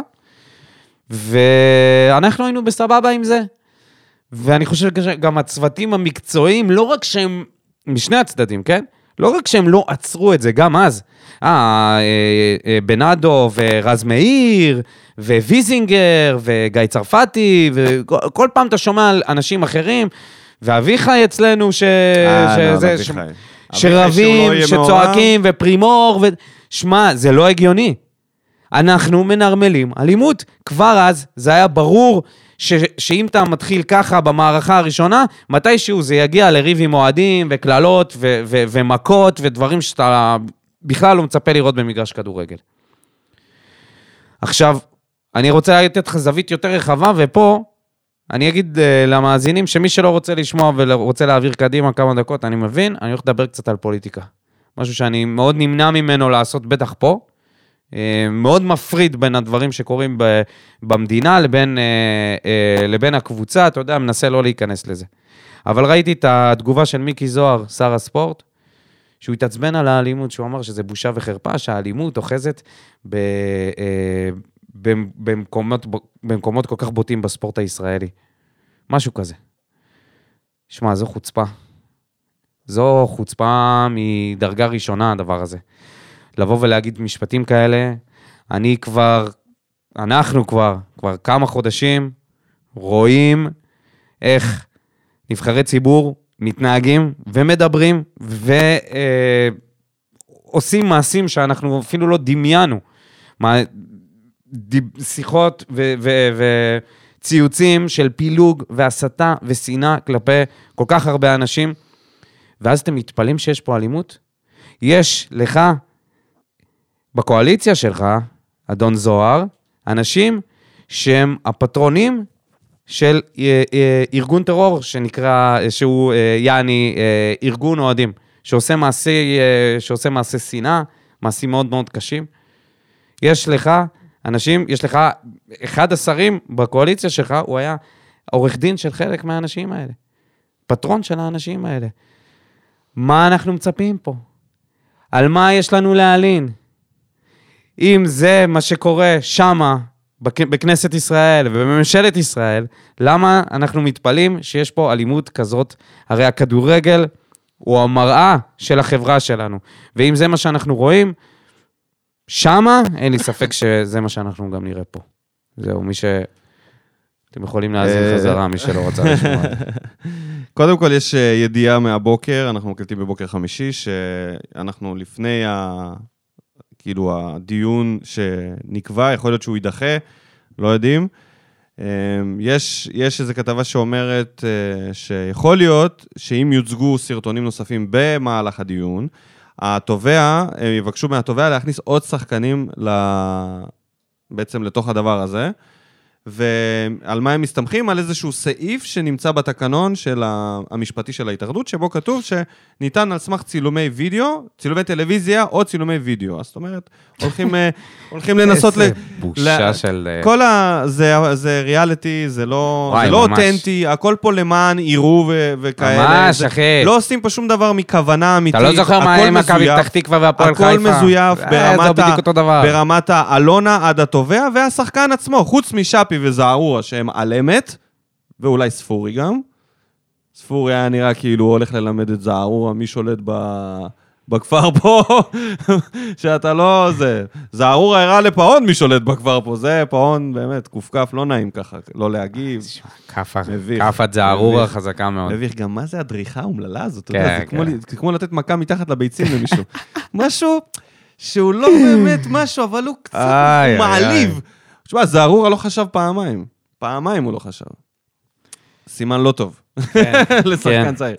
ואנחנו היינו בסבבה עם זה. ואני חושב שגם הצוותים המקצועיים, לא רק שהם, משני הצדדים, כן? לא רק שהם לא עצרו את זה, גם אז. אה, בנאדו ורז מאיר, וויזינגר, וגיא צרפתי, וכל פעם אתה שומע על אנשים אחרים, ואביחי אצלנו, ש... שזה, ש... שרבים, שצועקים, ופרימור, ו... שמה, זה לא הגיוני. אנחנו מנרמלים אלימות. כבר אז זה היה ברור ש... שאם אתה מתחיל ככה במערכה הראשונה, מתישהו זה יגיע לריב עם אוהדים, וכללות, ו... ו... ומכות, ודברים שאתה בכלל לא מצפה לראות במגרש כדורגל. עכשיו, אני רוצה לתת לך זווית יותר רחבה, ופה אני אגיד uh, למאזינים שמי שלא רוצה לשמוע ורוצה להעביר קדימה כמה דקות, אני מבין, אני הולך לדבר קצת על פוליטיקה. משהו שאני מאוד נמנע ממנו לעשות בטח פה, uh, מאוד מפריד בין הדברים שקורים ב- במדינה לבין, uh, uh, לבין הקבוצה, אתה יודע, מנסה לא להיכנס לזה. אבל ראיתי את התגובה של מיקי זוהר, שר הספורט, שהוא התעצבן על האלימות, שהוא אמר שזה בושה וחרפה, שהאלימות אוחזת ב... Uh, במקומות, במקומות כל כך בוטים בספורט הישראלי. משהו כזה. שמע, זו חוצפה. זו חוצפה מדרגה ראשונה, הדבר הזה. לבוא ולהגיד משפטים כאלה, אני כבר, אנחנו כבר, כבר כמה חודשים, רואים איך נבחרי ציבור מתנהגים ומדברים, ועושים מעשים שאנחנו אפילו לא דמיינו. מה... שיחות וציוצים של פילוג והסתה ושנאה כלפי כל כך הרבה אנשים, ואז אתם מתפלאים שיש פה אלימות? יש לך, בקואליציה שלך, אדון זוהר, אנשים שהם הפטרונים של ארגון טרור, שנקרא, שהוא יעני ארגון אוהדים, שעושה מעשי, שעושה מעשי שנאה, מעשים מאוד מאוד קשים. יש לך אנשים, יש לך, אחד השרים בקואליציה שלך, הוא היה עורך דין של חלק מהאנשים האלה. פטרון של האנשים האלה. מה אנחנו מצפים פה? על מה יש לנו להעלין? אם זה מה שקורה שמה, בכנסת ישראל ובממשלת ישראל, למה אנחנו מתפלאים שיש פה אלימות כזאת? הרי הכדורגל הוא המראה של החברה שלנו. ואם זה מה שאנחנו רואים, שמה, אין לי ספק שזה מה שאנחנו גם נראה פה. זהו, מי ש... אתם יכולים להאזין חזרה, מי שלא רוצה לשמוע. קודם כל, יש ידיעה מהבוקר, אנחנו מקלטים בבוקר חמישי, שאנחנו לפני ה... כאילו הדיון שנקבע, יכול להיות שהוא יידחה, לא יודעים. יש, יש איזו כתבה שאומרת שיכול להיות שאם יוצגו סרטונים נוספים במהלך הדיון, התובע, הם יבקשו מהתובע להכניס עוד שחקנים בעצם לתוך הדבר הזה, ועל מה הם מסתמכים? על איזשהו סעיף שנמצא בתקנון של המשפטי של ההתאחדות, שבו כתוב שניתן על סמך צילומי וידאו, צילומי טלוויזיה או צילומי וידאו. זאת אומרת, הולכים, הולכים לנסות... איזה בושה של... כל ה... זה, זה ריאליטי, זה לא, זה לא אותנטי, הכל פה למען עירו וכאלה. ממש, אחי. לא עושים פה שום דבר מכוונה אמיתית. אתה לא זוכר מה עם מכבי פתח תקווה והפועל חיפה? הכל מזויף ברמת האלונה עד התובע, והשחקן עצמו, חוץ משאפי וזערורה שהם על אמת, ואולי ספורי גם. ספורי היה נראה כאילו הוא הולך ללמד את זערורה, מי שולט ב... בכפר פה, שאתה לא... זה... זערורה הראה לפעון מי שולט בכפר פה, זה פעון באמת, קופקף, לא נעים ככה, לא להגיב. כפת זערורה חזקה מאוד. מביך, גם מה זה הדריכה האומללה הזאת? אתה יודע, זה כמו לתת מכה מתחת לביצים למישהו. משהו שהוא לא באמת משהו, אבל הוא קצת מעליב. תשמע, זערורה לא חשב פעמיים. פעמיים הוא לא חשב. סימן לא טוב. לשחקן צעיר.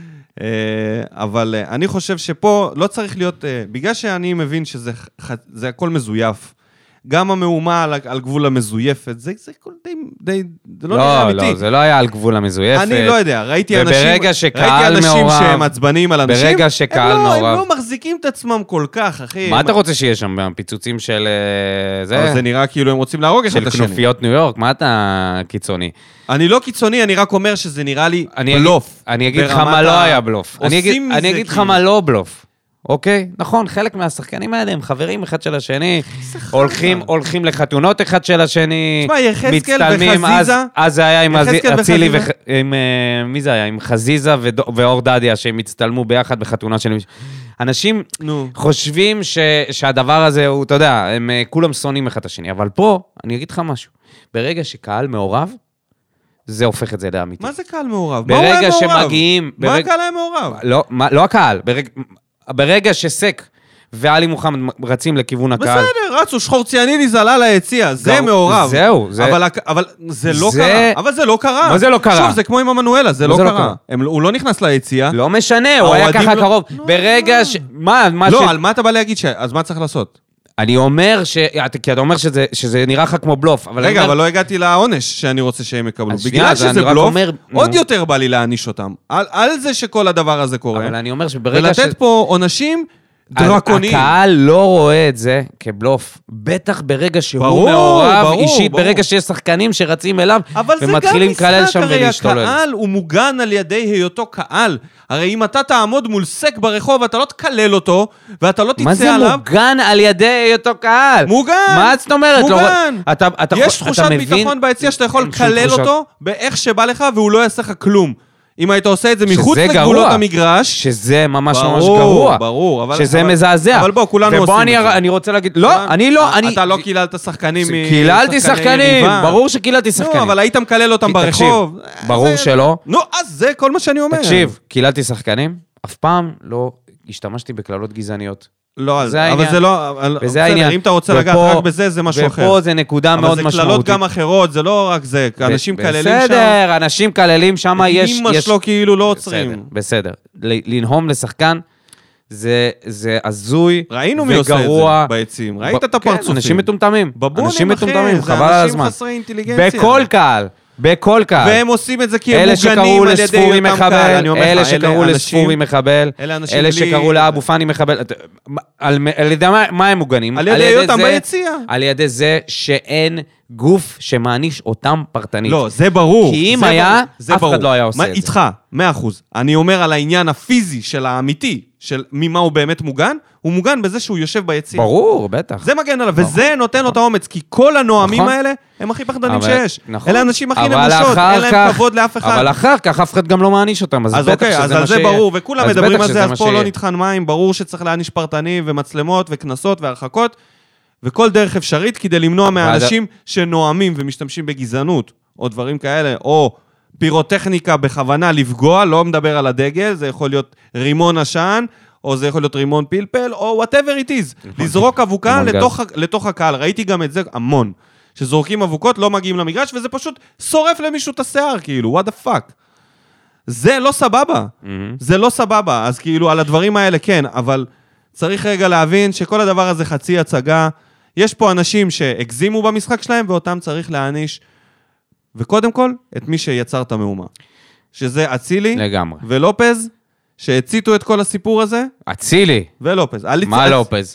אבל אני חושב שפה לא צריך להיות, בגלל שאני מבין שזה הכל מזויף, גם המהומה על, על גבול המזויפת, זה, זה די, די, זה לא, לא נראה אמיתי. לא, זה לא היה על גבול המזויפת. אני לא יודע, ראיתי אנשים, ראיתי אנשים מעורב, שהם עצבנים על אנשים, ברגע שקהל הם, לא, מעורב. הם לא מחזיקים את עצמם כל כך, אחי. מה הם... אתה רוצה שיש שם בפיצוצים של... זה, זה נראה כאילו הם רוצים להרוג אחד את השני. של כנופיות ניו יורק, מה אתה קיצוני? אני לא קיצוני, אני רק אומר שזה נראה לי בלוף. אני אגיד לך מה לא היה בלוף. אני אגיד לך מה לא בלוף. אוקיי? נכון, חלק מהשחקנים האלה הם חברים אחד של השני, הולכים, הולכים לחתונות אחד של השני, מצטלמים, אז זה היה עם אצילי, מי זה היה? עם חזיזה ואור דדיה, שהם הצטלמו ביחד בחתונה של מישהו. אנשים חושבים שהדבר הזה הוא, אתה יודע, הם כולם שונאים אחד את השני, אבל פה, אני אגיד לך משהו, ברגע שקהל מעורב, זה הופך את זה לאמיתי. מה זה קהל מעורב? ברגע שמגיעים... מה הקהל היה מעורב? לא הקהל, ברגע שסק ואלי מוחמד רצים לכיוון הקהל. בסדר, רצו, שחור ציאניני זלה ליציאה, זה מעורב. זהו. אבל זה לא קרה. אבל זה לא קרה. מה זה לא קרה? שוב, זה כמו עם המנואלה, זה לא קרה. הוא לא נכנס ליציאה. לא משנה, הוא היה ככה קרוב. ברגע ש... מה? לא, על מה אתה בא להגיד ש... אז מה צריך לעשות? אני אומר ש... כי אתה אומר שזה, שזה נראה לך כמו בלוף, אבל... רגע, אומר... אבל לא הגעתי לעונש שאני רוצה שהם יקבלו. אז בגלל שנייה, שזה בלוף, אומר... עוד יותר בא לי להעניש אותם. על, על זה שכל הדבר הזה קורה. אבל אני אומר שברגע ש... ולתת פה עונשים דרקוניים. הקהל לא רואה את זה כבלוף. בטח ברגע שהוא ברור, מעורב ברור, אישית, ברור. ברגע שיש שחקנים שרצים אליו, אבל זה גם ומתחילים כלל משחק, שם הרי ולהשתולל. הקהל הוא מוגן על ידי היותו קהל. הרי אם אתה תעמוד מול סק ברחוב, אתה לא תקלל אותו, ואתה לא תצא מה זה עליו. מוגן על ידי אותו קהל? מוגן. מה זאת אומרת? מוגן. לא, אתה, אתה, יש אתה תחושת מבין? ביטחון ביציע שאתה יכול אין שום לקלל תחושת. אותו באיך שבא לך, והוא לא יעשה לך כלום. אם היית עושה את זה מחוץ שזה לגבולות גרוע. המגרש... שזה ממש ממש ברור, גרוע. ברור, אבל... שזה אבל- מזעזע. אבל בוא, כולנו עושים ובוא את אני, זה. אני רוצה להגיד... לא, אני לא... אני... אתה לא קיללת שחקנים מ... קיללתי שחקנים, יריבה. ברור שקיללתי שחקנים. נו, אבל היית מקלל אותם ברחוב. תקשיב, ברור זה- שלא. נו, אז זה כל מה שאני אומר. תקשיב, קיללתי שחקנים, אף פעם לא השתמשתי בקללות גזעניות. לא, זה אבל העניין. זה לא... אבל- וזה בסדר, העניין. אם אתה רוצה לגעת ופה- רק בזה, זה משהו אחר. ופה זה נקודה מאוד אבל זה קללות משמעותית. גם אחרות, זה לא רק זה. אנשים קללים שם. בסדר, אנשים קללים שם, יש... אמא יש- שלו כאילו לא בסדר, עוצרים. בסדר. ל- לנהום לשחקן, זה זה הזוי ראינו מי עושה את וגרוע. זה ביציעים. ראית את כן, הפרצופים. אנשים מטומטמים. בבונים, אנשים אחי, מטומטמים, זה חבל על אנשים הזמן. חסרי אינטליגנציה. בכל קהל, בכל קהל. והם עושים את זה כי הם אלה מוגנים שקראו על ידי לספורי אותם מחבל, קהל. אני אומר לך, אלה שקראו אנשים- לספורי מחבל, אלה אנשים אלה בלי- שקראו לאבו פאני מחבל. אתה- על על ידי מה- מה הם מוגנים? על ידי אותם זה- ביציע. על ידי זה שאין גוף שמעניש אותם פרטנית. לא, זה ברור. כי אם זה היה, ברור, זה אף אחד ברור. לא היה עושה מה, את זה. איתך, מאה אחוז. אני אומר על העניין הפיזי של האמיתי, של ממה הוא באמת מוגן, הוא מוגן בזה שהוא יושב ביציע. ברור, בטח. זה מגן עליו, וזה נותן לו את האומץ, כי כל הנואמים נכון. האלה הם הכי פחדנים אבל- שיש. נכון. אלה האנשים הכי אבל נמושות, אחר אין להם כך- כבוד לאף אחד. אבל אחר כך אף אחד גם לא מעניש אותם, אז אז בטח אוקיי, שזה אז מה על זה שיהיה. ברור, וכולם אז מדברים בטח על זה, שזה אז מה פה לא שיהיה. נטחן מים, ברור שצריך להעניש פרטני ומצלמות וקנסות והרחקות, וכל דרך אפשרית כדי למנוע מהאנשים שנואמים ומשתמשים בגזענות, או דברים כאלה, או פירוטכניקה בכוונה לפגוע, לא מדבר על הדגל, זה יכול להיות רימון עשן, או זה יכול להיות רימון פלפל, או whatever it is, לזרוק אבוקה רימון לתוך, לתוך הקהל. ראיתי גם את זה המון, שזורקים אבוקות, לא מגיעים למגרש, וזה פשוט שורף למישהו את השיער, כאילו, what the fuck. זה לא סבבה, זה לא סבבה, אז כאילו על הדברים האלה כן, אבל צריך רגע להבין שכל הדבר הזה חצי הצגה, יש פה אנשים שהגזימו במשחק שלהם, ואותם צריך להעניש, וקודם כל, את מי שיצר את המהומה. שזה אצילי, לגמרי. ולופז, שהציתו את כל הסיפור הזה, אצילי. ולופז. מה לופז?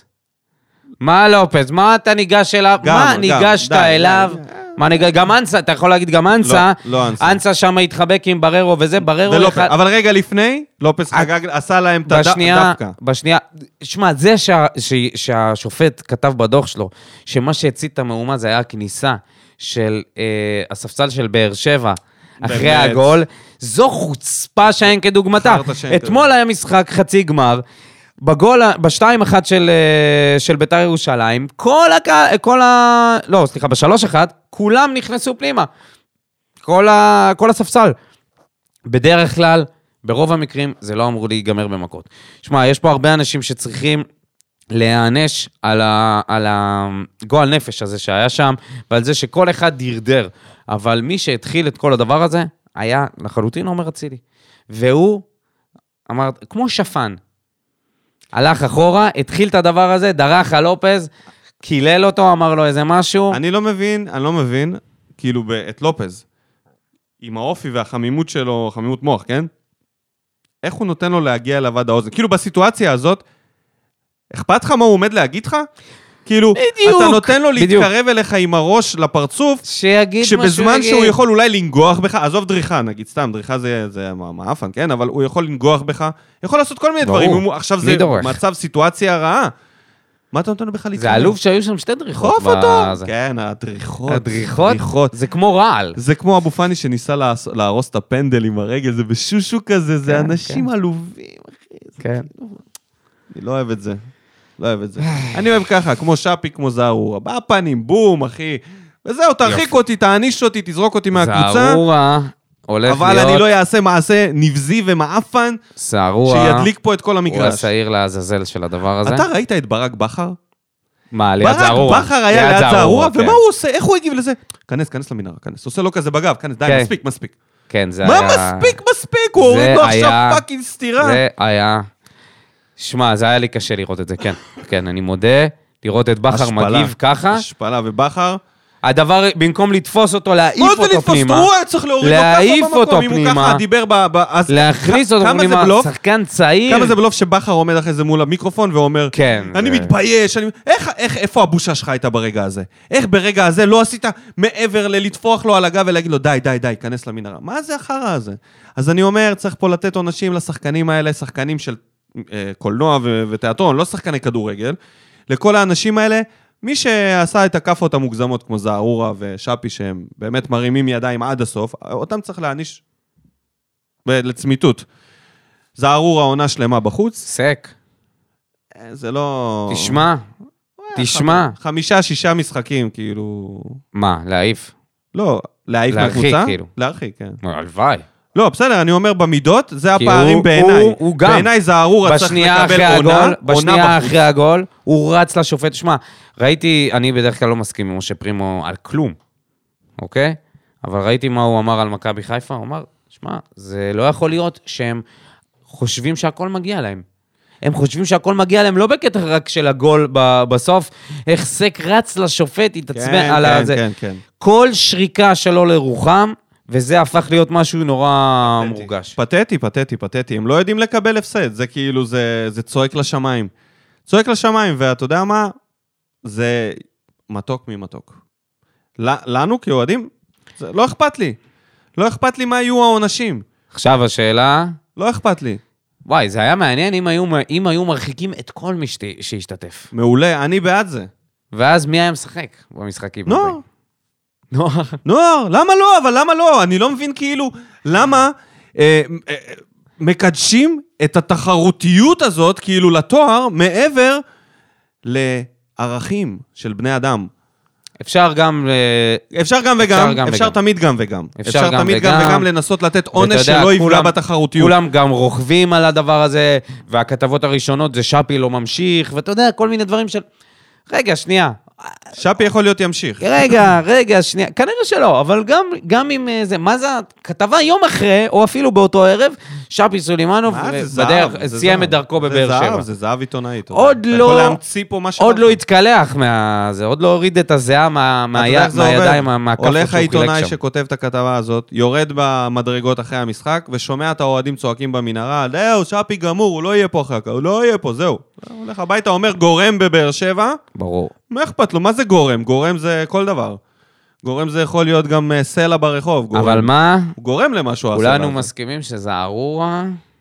מה לופז? מה אתה ניגש אליו? גם, מה גם, ניגשת די, אליו? די. מה ניגש... גם אנסה, אתה יכול להגיד גם אנסה. לא, לא אנסה. אנסה שם התחבק עם בררו וזה, בררו ולופז. אחד... אבל רגע לפני, לופז חגג, עשה להם את בשנייה, הדווקא. בשנייה, שמע, זה שה, ש, שהשופט כתב בדוח שלו, שמה שהצית את המהומה זה היה הכניסה של אה, הספסל של באר שבע, אחרי באמת. הגול, זו חוצפה שאין כדוגמתה. חרטה שאין אתמול היה משחק חצי גמר, בגול, בשתיים אחת של, אה, של בית"ר ירושלים, כל הקהל, כל ה... לא, סליחה, בשלוש אחת, כולם נכנסו פנימה. כל, ה, כל הספסל. בדרך כלל, ברוב המקרים, זה לא אמור להיגמר במכות. שמע, יש פה הרבה אנשים שצריכים להיענש על, ה, על הגועל נפש הזה שהיה שם, ועל זה שכל אחד דרדר. אבל מי שהתחיל את כל הדבר הזה, היה לחלוטין עומר אצילי. והוא אמר, כמו שפן, הלך אחורה, התחיל את הדבר הזה, דרך על לופז, קילל אותו, אמר לו איזה משהו. אני לא מבין, אני לא מבין, כאילו, את לופז, עם האופי והחמימות שלו, חמימות מוח, כן? איך הוא נותן לו להגיע אליו עד האוזן? כאילו, בסיטואציה הזאת, אכפת לך מה הוא עומד להגיד לך? כאילו, בדיוק, אתה נותן לו בדיוק. להתקרב אליך עם הראש לפרצוף, שיגיד משהו, שבזמן יגיד. שהוא יכול אולי לנגוח בך, עזוב דריכה, נגיד, סתם, דריכה זה, זה מאפן, כן? אבל הוא יכול לנגוח בך, יכול לעשות כל מיני ברור. דברים. הוא- עכשיו מי זה דורך? מצב, סיטואציה רעה. מה אתה נותן לו בכלל להתקרב? זה עלוב שהיו שם שתי דריכות. חוף אותו. בזה. כן, הדריכות. הדריכות? זה כמו רעל. זה כמו אבו פאני שניסה להס- להרוס את הפנדל עם הרגל, זה בשושו כזה, זה כן, אנשים כן. עלובים, אחי. זה כן. כאילו- אני לא אוהב את זה. לא אוהב את זה. אני אוהב ככה, כמו שפי, כמו זערורה. בפנים, בום, אחי. וזהו, תרחיק אותי, תעניש אותי, תזרוק אותי מהקבוצה, סערורה הולך אבל להיות... אני לא אעשה מעשה נבזי ומאפן, סערורה... שידליק פה את כל הוא המגרש. השעיר לעזאזל של הדבר הזה. אתה ראית את ברק בכר? מה, ליד ברק זערורה. בכר היה ליד זערורה, כן. ומה הוא עושה? איך הוא הגיב לזה? כנס, כנס למנהרה, כנס. עושה לו כזה בגב, כנס, די, כן. מספיק, מספיק. כן, זה מה היה... מספיק, מספיק? הוא הוריד לו עכשיו היה- פאקינג סטירה. זה היה... שמע, זה היה לי קשה לראות את זה, כן. כן, אני מודה. לראות את בכר מגיב ככה. השפלה ובכר. הדבר, במקום לתפוס אותו, להעיף אותו פנימה. מה זה לתפוס? הוא היה צריך להוריד לו ככה במקום. אם הוא ככה דיבר ב... להכניס אותו פנימה, שחקן צעיר. כמה זה בלוף שבכר עומד אחרי זה מול המיקרופון ואומר, כן. אני מתבייש, איך, איפה הבושה שלך הייתה ברגע הזה? איך ברגע הזה לא עשית מעבר ללטפוח לו על הגב ולהגיד לו, די, די, די, כנס למנהרה. מה זה החרא הזה? אז אני אומר, צריך פה לתת עונשים לשחקנים האלה, שחקנים של קולנוע ותיאטרון, לא שחקני כדורגל. לכל האנשים האלה, מי שעשה את הכפות המוגזמות, כמו זערורה ושאפי, שהם באמת מרימים ידיים עד הסוף, אותם צריך להעניש לצמיתות. זערורה עונה שלמה בחוץ. סק. זה לא... תשמע, תשמע. חמישה, שישה משחקים, כאילו... מה, להעיף? לא, להעיף מהקבוצה? להרחיק, כאילו. להרחיק, כן. הלוואי. לא, בסדר, אני אומר במידות, זה הפערים בעיניי. הוא, הוא גם. בעיניי זערורה צריך לקבל עונה, עונה בחוץ. בשנייה אחרי הגול, הוא רץ לשופט. שמע, ראיתי, אני בדרך כלל לא מסכים עם משה פרימו על כלום, אוקיי? אבל ראיתי מה הוא אמר על מכבי חיפה, הוא אמר, שמע, זה לא יכול להיות שהם חושבים שהכל מגיע להם. הם חושבים שהכל מגיע להם, לא בקטע רק של הגול בסוף, איך סק רץ לשופט, התעצבן כן, על כן, הזה. כן, כן. כל שריקה שלו לרוחם, וזה הפך להיות משהו נורא מורגש. פתטי, פתטי, פתטי. הם לא יודעים לקבל הפסד. זה כאילו, זה, זה צועק לשמיים. צועק לשמיים, ואתה יודע מה? זה מתוק ממתוק. לנו כאוהדים, זה לא אכפת לי. לא אכפת לי מה יהיו העונשים. עכשיו השאלה... לא אכפת לי. וואי, זה היה מעניין אם היו, אם היו מרחיקים את כל מי שהשתתף. מעולה, אני בעד זה. ואז מי היה משחק במשחקים? נוער. נוער. נוער, למה לא? אבל למה לא? אני לא מבין כאילו, למה אה, אה, מקדשים את התחרותיות הזאת, כאילו לתואר, מעבר לערכים של בני אדם. אפשר גם... אפשר גם וגם, אפשר, אפשר תמיד גם וגם. אפשר, אפשר גם תמיד וגם. גם וגם לנסות לתת עונש שלא יפגע בתחרותיות. כולם גם רוכבים על הדבר הזה, והכתבות הראשונות זה שפי לא ממשיך, ואתה יודע, כל מיני דברים של... רגע, שנייה. שפי יכול להיות ימשיך. רגע, רגע, שנייה. כנראה שלא, אבל גם, גם עם זה, מה זה כתבה יום אחרי, או אפילו באותו ערב, שפי סולימנוב, בדרך, סיים את דרכו בבאר שבע. זה זהב, זה זהב עיתונאית. עוד לא, עוד לא התקלח מהזה, עוד לא הוריד את הזיעה מהידיים, מהכפות. הולך העיתונאי שכותב את הכתבה הזאת, יורד במדרגות אחרי המשחק, ושומע את האוהדים צועקים במנהרה, זהו, שפי גמור, הוא לא יהיה פה אחר כך, הוא לא יהיה פה, זהו. הולך הביתה, אומר גורם בבאר שבע. ברור. מה אכפת לו? מה זה גורם? גורם זה כל דבר. גורם זה יכול להיות גם סלע ברחוב. גורם. אבל מה? הוא גורם למשהו. כולנו מסכימים שזה ארורה.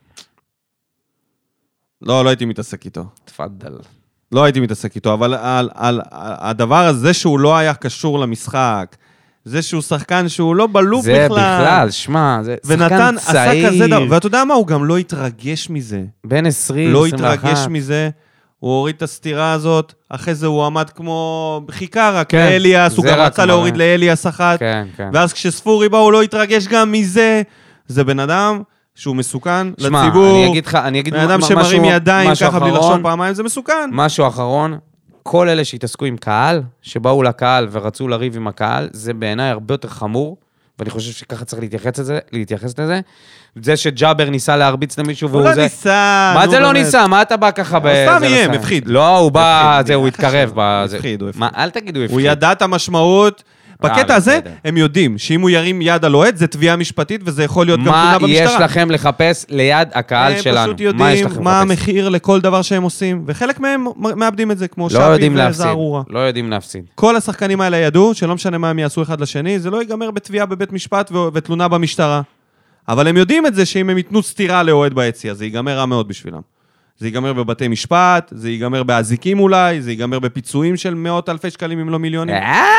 לא, לא הייתי מתעסק איתו. תפדל. לא הייתי מתעסק איתו, אבל על, על, על הדבר הזה שהוא לא היה קשור למשחק, זה שהוא שחקן שהוא לא בלופ זה בכלל. זה בכלל, שמה, זה ונתן, שחקן צעיר. עשה כזה דבר, ואתה יודע מה? הוא גם לא התרגש מזה. בין עשרים, לא עשרים ואחת. התרגש מזה. הוא הוריד את הסתירה הזאת, אחרי זה הוא עמד כמו חיכה רק כן, לאליאס, הוא גם רצה להוריד לאליאס אחת, כן, כן. ואז כשספורי בא הוא לא התרגש גם מזה, זה בן אדם שהוא מסוכן שמה, לציבור, אני אגיד לך, אני אגיד בן אדם משהו, שמרים ידיים משהו ככה אחרון, בלי לחשוב פעמיים, זה מסוכן. משהו אחרון, כל אלה שהתעסקו עם קהל, שבאו לקהל ורצו לריב עם הקהל, זה בעיניי הרבה יותר חמור, ואני חושב שככה צריך להתייחס לזה, להתייחס לזה. זה שג'אבר ניסה להרביץ למישהו והוא זה... הוא לא ניסה. מה זה לא ניסה? מה אתה בא ככה ב... הוא סתם יהיה, מפחיד. לא, הוא בא, זה, הוא התקרב. מפחיד, הוא הפחיד. אל תגידו הפחיד. הוא ידע את המשמעות. בקטע הזה, הם יודעים שאם הוא ירים יד על אוהד, זה תביעה משפטית, וזה יכול להיות גם תלונה במשטרה. מה יש לכם לחפש ליד הקהל שלנו? הם פשוט יודעים מה המחיר לכל דבר שהם עושים, וחלק מהם מאבדים את זה, כמו שפי וזערורה. לא יודעים להפסיד. כל השחקנים האלה ידעו, שלא משנה מה הם יעשו אחד לשני, זה לא ייגמר בתביעה בבית משפט ותלונה במשטרה. אבל הם יודעים את זה שאם הם ייתנו סתירה לאוהד ביציע, זה ייגמר רע מאוד בשבילם. זה ייגמר בבתי משפט, זה ייגמר באזיקים אולי, זה ייגמר בפיצויים של מאות אלפי שקלים אם לא מיליונים.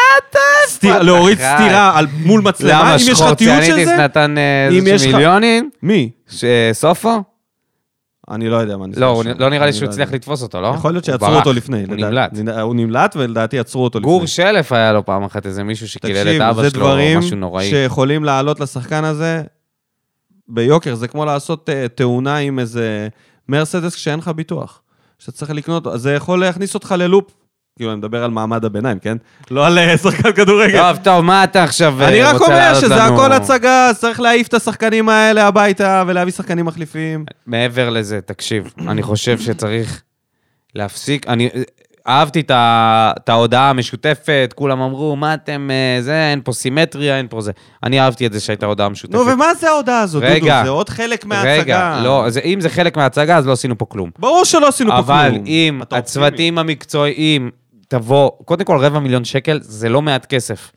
להוריד סתירה מול מצלמה, אם יש לך תיעוד של זה? למה שחורציאניטיס נתן איזה מיליונים? מי? סופו? אני לא יודע מה נסתכל. לא, לא נראה לי שהוא הצליח לתפוס אותו, לא? יכול להיות שיצרו אותו לפני. הוא נמלט. הוא נמלט ולדעתי יצרו אותו לפני. גור שלף היה לו פעם אחת איזה מישהו שקילל את אבא שלו, משהו נוראי. זה דברים שיכולים לעלות לשחקן הזה ביוקר, זה כמו לעשות תאונה עם איזה מרסדס כשאין לך ביטוח. שאתה צריך לקנות, אז זה יכול להכניס אותך ללופ. כאילו, אני מדבר על מעמד הביניים, כן? לא על שחקן כדורגל. טוב, טוב, מה אתה עכשיו רוצה לעלות לנו? אני רק אומר שזה הכל הצגה, צריך להעיף את השחקנים האלה הביתה, ולהביא שחקנים מחליפים. מעבר לזה, תקשיב, אני חושב שצריך להפסיק, אני, אהבתי את, ה, את ההודעה המשותפת, כולם אמרו, מה אתם, זה, אין פה סימטריה, אין פה זה. אני אהבתי את זה שהייתה הודעה משותפת. נו, ומה זה ההודעה הזאת, רגע, דודו? זה עוד חלק מההצגה. רגע, לא, זה, אם זה חלק מההצגה, אז לא עשינו פה כלום. ברור שלא עשינו פה כלום. אבל אם הצוותים המקצועיים תבוא, קודם כל רבע מיליון שקל, זה לא מעט כסף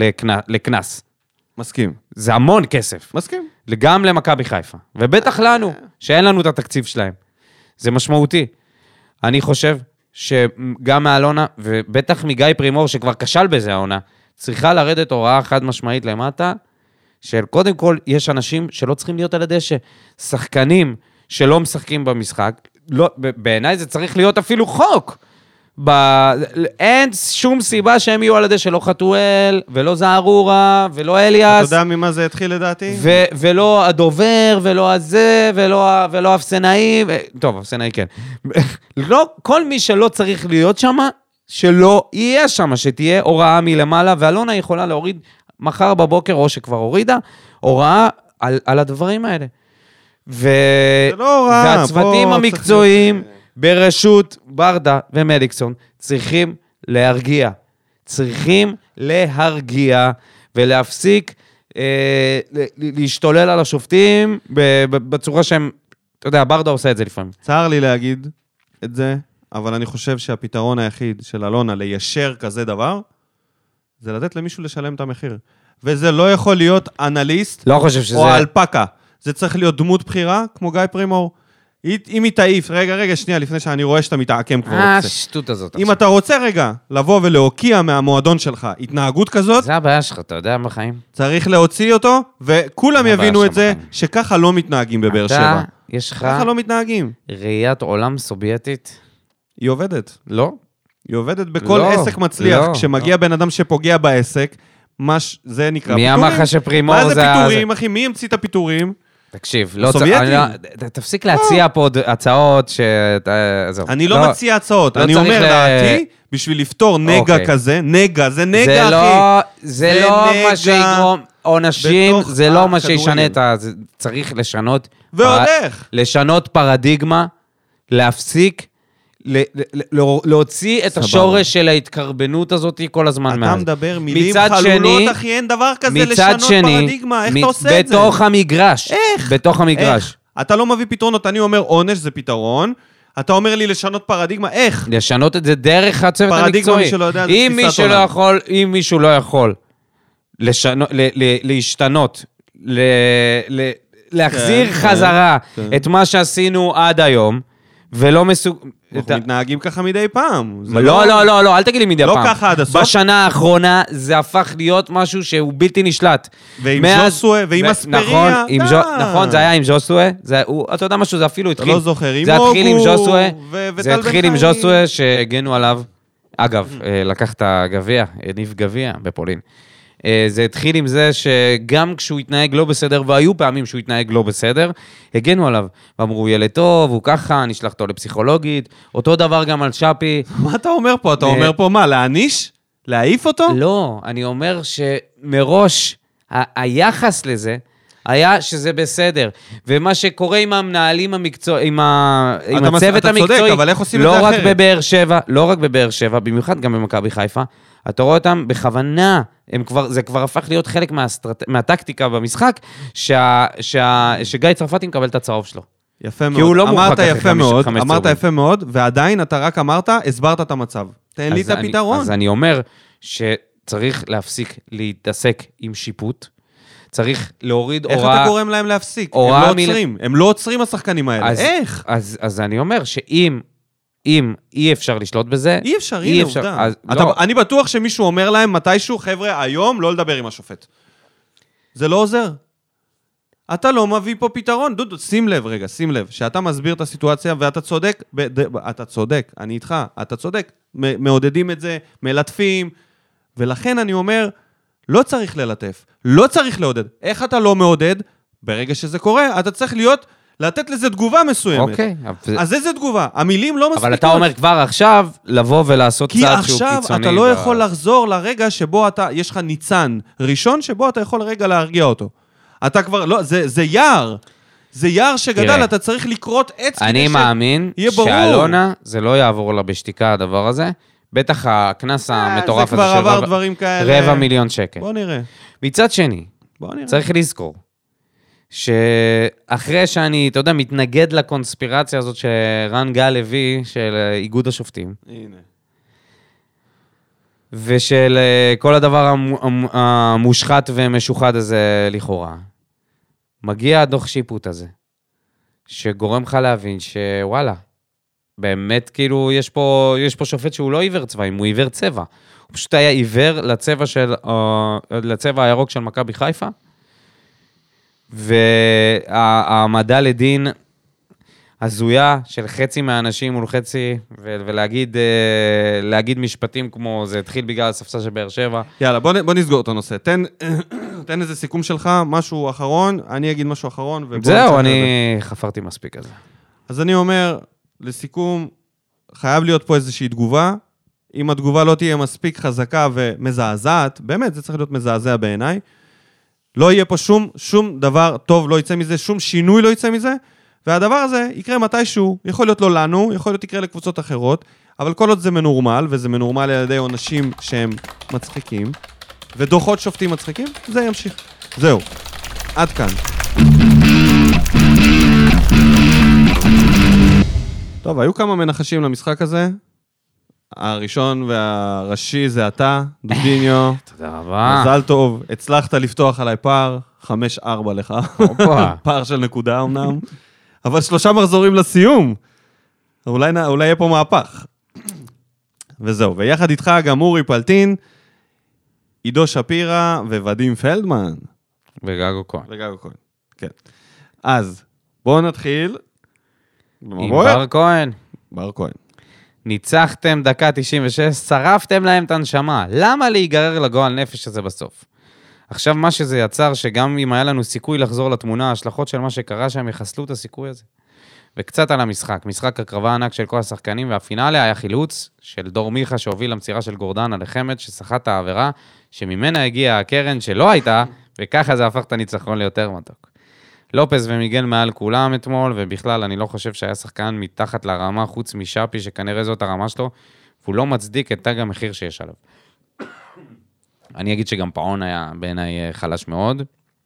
לקנס. מסכים. זה המון כסף. מסכים. גם למכבי חיפה. ובטח לנו, שאין לנו את התקציב שלהם. זה משמעותי. אני חושב שגם מאלונה, ובטח מגיא פרימור, שכבר כשל בזה העונה, צריכה לרדת הוראה חד משמעית למטה, של קודם כל, יש אנשים שלא צריכים להיות על הדשא. שחקנים שלא משחקים במשחק, לא, בעיניי זה צריך להיות אפילו חוק. ב... אין שום סיבה שהם יהיו על הדשא, לא חתואל, ולא זערורה, ולא אליאס. אתה יודע ממה זה התחיל לדעתי? ו... ולא הדובר, ולא הזה, ולא, ולא אפסנאי, ו... טוב, אפסנאי כן. לא, כל מי שלא צריך להיות שם, שלא יהיה שם, שתהיה הוראה מלמעלה, ואלונה יכולה להוריד מחר בבוקר, או שכבר הורידה, הוראה על, על הדברים האלה. ו... זה לא הוראה. והצוותים המקצועיים... ברשות ברדה ומליקסון צריכים להרגיע. צריכים להרגיע ולהפסיק אה, להשתולל על השופטים בצורה שהם, אתה יודע, ברדה עושה את זה לפעמים. צער לי להגיד את זה, אבל אני חושב שהפתרון היחיד של אלונה ליישר כזה דבר, זה לתת למישהו לשלם את המחיר. וזה לא יכול להיות אנליסט לא חושב שזה... או אלפקה. זה צריך להיות דמות בחירה כמו גיא פרימור. אם היא תעיף, רגע, רגע, שנייה, לפני שאני רואה שאתה מתעקם כבר רוצה. אה, שטות הזאת. אם אתה רוצה רגע לבוא ולהוקיע מהמועדון שלך התנהגות כזאת, זה הבעיה שלך, אתה יודע בחיים. צריך להוציא אותו, וכולם יבינו את זה, שככה לא מתנהגים בבאר שבע. יש לך... ככה לא מתנהגים. ראיית עולם סובייטית? היא עובדת. לא. היא עובדת בכל עסק מצליח. כשמגיע בן אדם שפוגע בעסק, זה נקרא פיתורים. מי אמר לך שפרימור זה... מה זה פיתורים, אחי? מי המציא את הפיתורים? תקשיב, לא תפסיק להציע פה הצעות ש... אני לא מציע הצעות, אני אומר דעתי, בשביל לפתור נגע כזה, נגע, זה נגע, אחי. זה לא מה שיגרום, עונשים, זה לא מה שישנה את ה... צריך לשנות... ועוד איך? לשנות פרדיגמה, להפסיק, להוציא את השורש של ההתקרבנות הזאת כל הזמן מאז. אתה מדבר מילים חלולות, אחי, אין דבר כזה לשנות פרדיגמה, איך אתה עושה את זה? בתוך המגרש. איך? בתוך המגרש. אתה לא מביא פתרונות, אני אומר עונש זה פתרון, אתה אומר לי לשנות פרדיגמה, איך? לשנות את זה דרך הצוות המקצועי. פרדיגמה מי שלא יודע, זה תפיסת עולם. אם מישהו לא יכול להשתנות, להחזיר חזרה את מה שעשינו עד היום, ולא מסוג... אנחנו מתנהגים ככה מדי פעם. לא, לא, לא, לא, אל תגיד לי מדי פעם. לא ככה עד הסוף. בשנה האחרונה זה הפך להיות משהו שהוא בלתי נשלט. ועם ז'וסואה, ועם אספריה. נכון, זה היה עם ז'וסואה. אתה יודע משהו, זה אפילו התחיל. אתה לא זוכר, עם אוגו זה התחיל עם ז'וסואה שהגנו עליו. אגב, לקח את הגביע, הניף גביע בפולין. זה התחיל עם זה שגם כשהוא התנהג לא בסדר, והיו פעמים שהוא התנהג לא בסדר, הגנו עליו, ואמרו, הוא ילד טוב, הוא ככה, נשלח אותו לפסיכולוגית, אותו דבר גם על שפי. מה אתה אומר פה? אתה אומר פה מה, להעניש? להעיף אותו? לא, אני אומר שמראש, היחס לזה, היה שזה בסדר, ומה שקורה עם המנהלים המקצוע, עם הצוות המקצועי, לא רק בבאר שבע, לא רק בבאר שבע, במיוחד גם במכבי חיפה, אתה רואה אותם בכוונה, כבר, זה כבר הפך להיות חלק מהסטרט... מהטקטיקה במשחק, שה... שה... שגיא צרפתי מקבל את הצהוב שלו. יפה מאוד. לא אמרת יפה מאוד, אמרת יפה מאוד, ועדיין אתה רק אמרת, הסברת את המצב. תן לי את הפתרון. אז אני אומר שצריך להפסיק להתעסק עם שיפוט, צריך להוריד איך הוראה... איך אתה גורם להם להפסיק? הם לא עוצרים, הם לא עוצרים השחקנים האלה. אז, איך? אז, אז אני אומר שאם אם אי אפשר לשלוט בזה... אי אפשר, הנה עובדה. אז, אתה, לא. אני בטוח שמישהו אומר להם מתישהו, חבר'ה, היום לא לדבר עם השופט. זה לא עוזר. אתה לא מביא פה פתרון. דודו, שים לב רגע, שים לב, שאתה מסביר את הסיטואציה ואתה צודק, ב, ד, אתה צודק, אני איתך, אתה צודק, מעודדים את זה, מלטפים, ולכן אני אומר, לא צריך ללטף, לא צריך לעודד. איך אתה לא מעודד? ברגע שזה קורה, אתה צריך להיות... לתת לזה תגובה מסוימת. אוקיי. אז איזה תגובה? המילים לא מספיקות. אבל אתה אומר כבר עכשיו, לבוא ולעשות צעד שהוא קיצוני. כי עכשיו אתה לא יכול לחזור לרגע שבו אתה, יש לך ניצן ראשון, שבו אתה יכול רגע להרגיע אותו. אתה כבר, לא, זה, זה יער. זה יער שגדל, תראה, אתה צריך לקרות עץ כדי אני מאמין יהיה ברור. שאלונה, זה לא יעבור לה בשתיקה הדבר הזה, בטח הכנס המטורף הזה זה כבר של עבר רבע- דברים כאלה. רבע מיליון שקל. בוא נראה. מצד שני, בוא נראה. צריך לזכור, שאחרי שאני, אתה יודע, מתנגד לקונספירציה הזאת שרן גל הביא, של איגוד השופטים, הנה. ושל אה, כל הדבר המו- המ- המושחת ומשוחד הזה לכאורה, מגיע הדוח שיפוט הזה, שגורם לך להבין שוואלה, באמת כאילו יש פה, יש פה שופט שהוא לא עיוור צבעים, הוא עיוור צבע. הוא פשוט היה עיוור לצבע, של, אה, לצבע הירוק של מכבי חיפה, והעמדה לדין הזויה של חצי מהאנשים מול חצי, ו- ולהגיד אה, להגיד משפטים כמו זה התחיל בגלל הספסל של באר שבע. יאללה, בוא, נ- בוא נסגור את הנושא. תן, תן איזה סיכום שלך, משהו אחרון, אני אגיד משהו אחרון. ובוא נמשיך זהו, לזה. אני חפרתי מספיק על זה. אז אני אומר, לסיכום, חייב להיות פה איזושהי תגובה. אם התגובה לא תהיה מספיק חזקה ומזעזעת, באמת, זה צריך להיות מזעזע בעיניי, לא יהיה פה שום, שום דבר טוב לא יצא מזה, שום שינוי לא יצא מזה, והדבר הזה יקרה מתישהו, יכול להיות לא לנו, יכול להיות יקרה לקבוצות אחרות, אבל כל עוד זה מנורמל, וזה מנורמל על ידי עונשים שהם מצחיקים, ודוחות שופטים מצחיקים, זה ימשיך. זהו, עד כאן. טוב, היו כמה מנחשים למשחק הזה. הראשון והראשי זה אתה, דודיניו. תודה רבה. מזל טוב, הצלחת לפתוח עליי פער, חמש ארבע לך. הופה. פער של נקודה אמנם, אבל שלושה מחזורים לסיום. אולי, נ- אולי יהיה פה מהפך. וזהו, ויחד איתך גם אורי פלטין, עידו שפירא וודים פלדמן. וגגו כהן. וגגו כהן, כן. אז, בואו נתחיל. עם בר כהן. בר כהן. ניצחתם דקה תשעים ושש, שרפתם להם את הנשמה. למה להיגרר לגועל נפש הזה בסוף? עכשיו מה שזה יצר, שגם אם היה לנו סיכוי לחזור לתמונה, ההשלכות של מה שקרה שם יחסלו את הסיכוי הזה. וקצת על המשחק. משחק הקרבה ענק של כל השחקנים, והפינאלי היה חילוץ של דור מיכה שהוביל למסירה של גורדנה לחמד, ששחט את העבירה, שממנה הגיעה הקרן שלא הייתה, וככה זה הפך את הניצחון ליותר מתוק. לופס ומיגל מעל כולם אתמול, ובכלל אני לא חושב שהיה שחקן מתחת לרמה, חוץ משאפי, שכנראה זאת הרמה שלו, והוא לא מצדיק את תג המחיר שיש עליו. אני אגיד שגם פאון היה בעיניי חלש מאוד.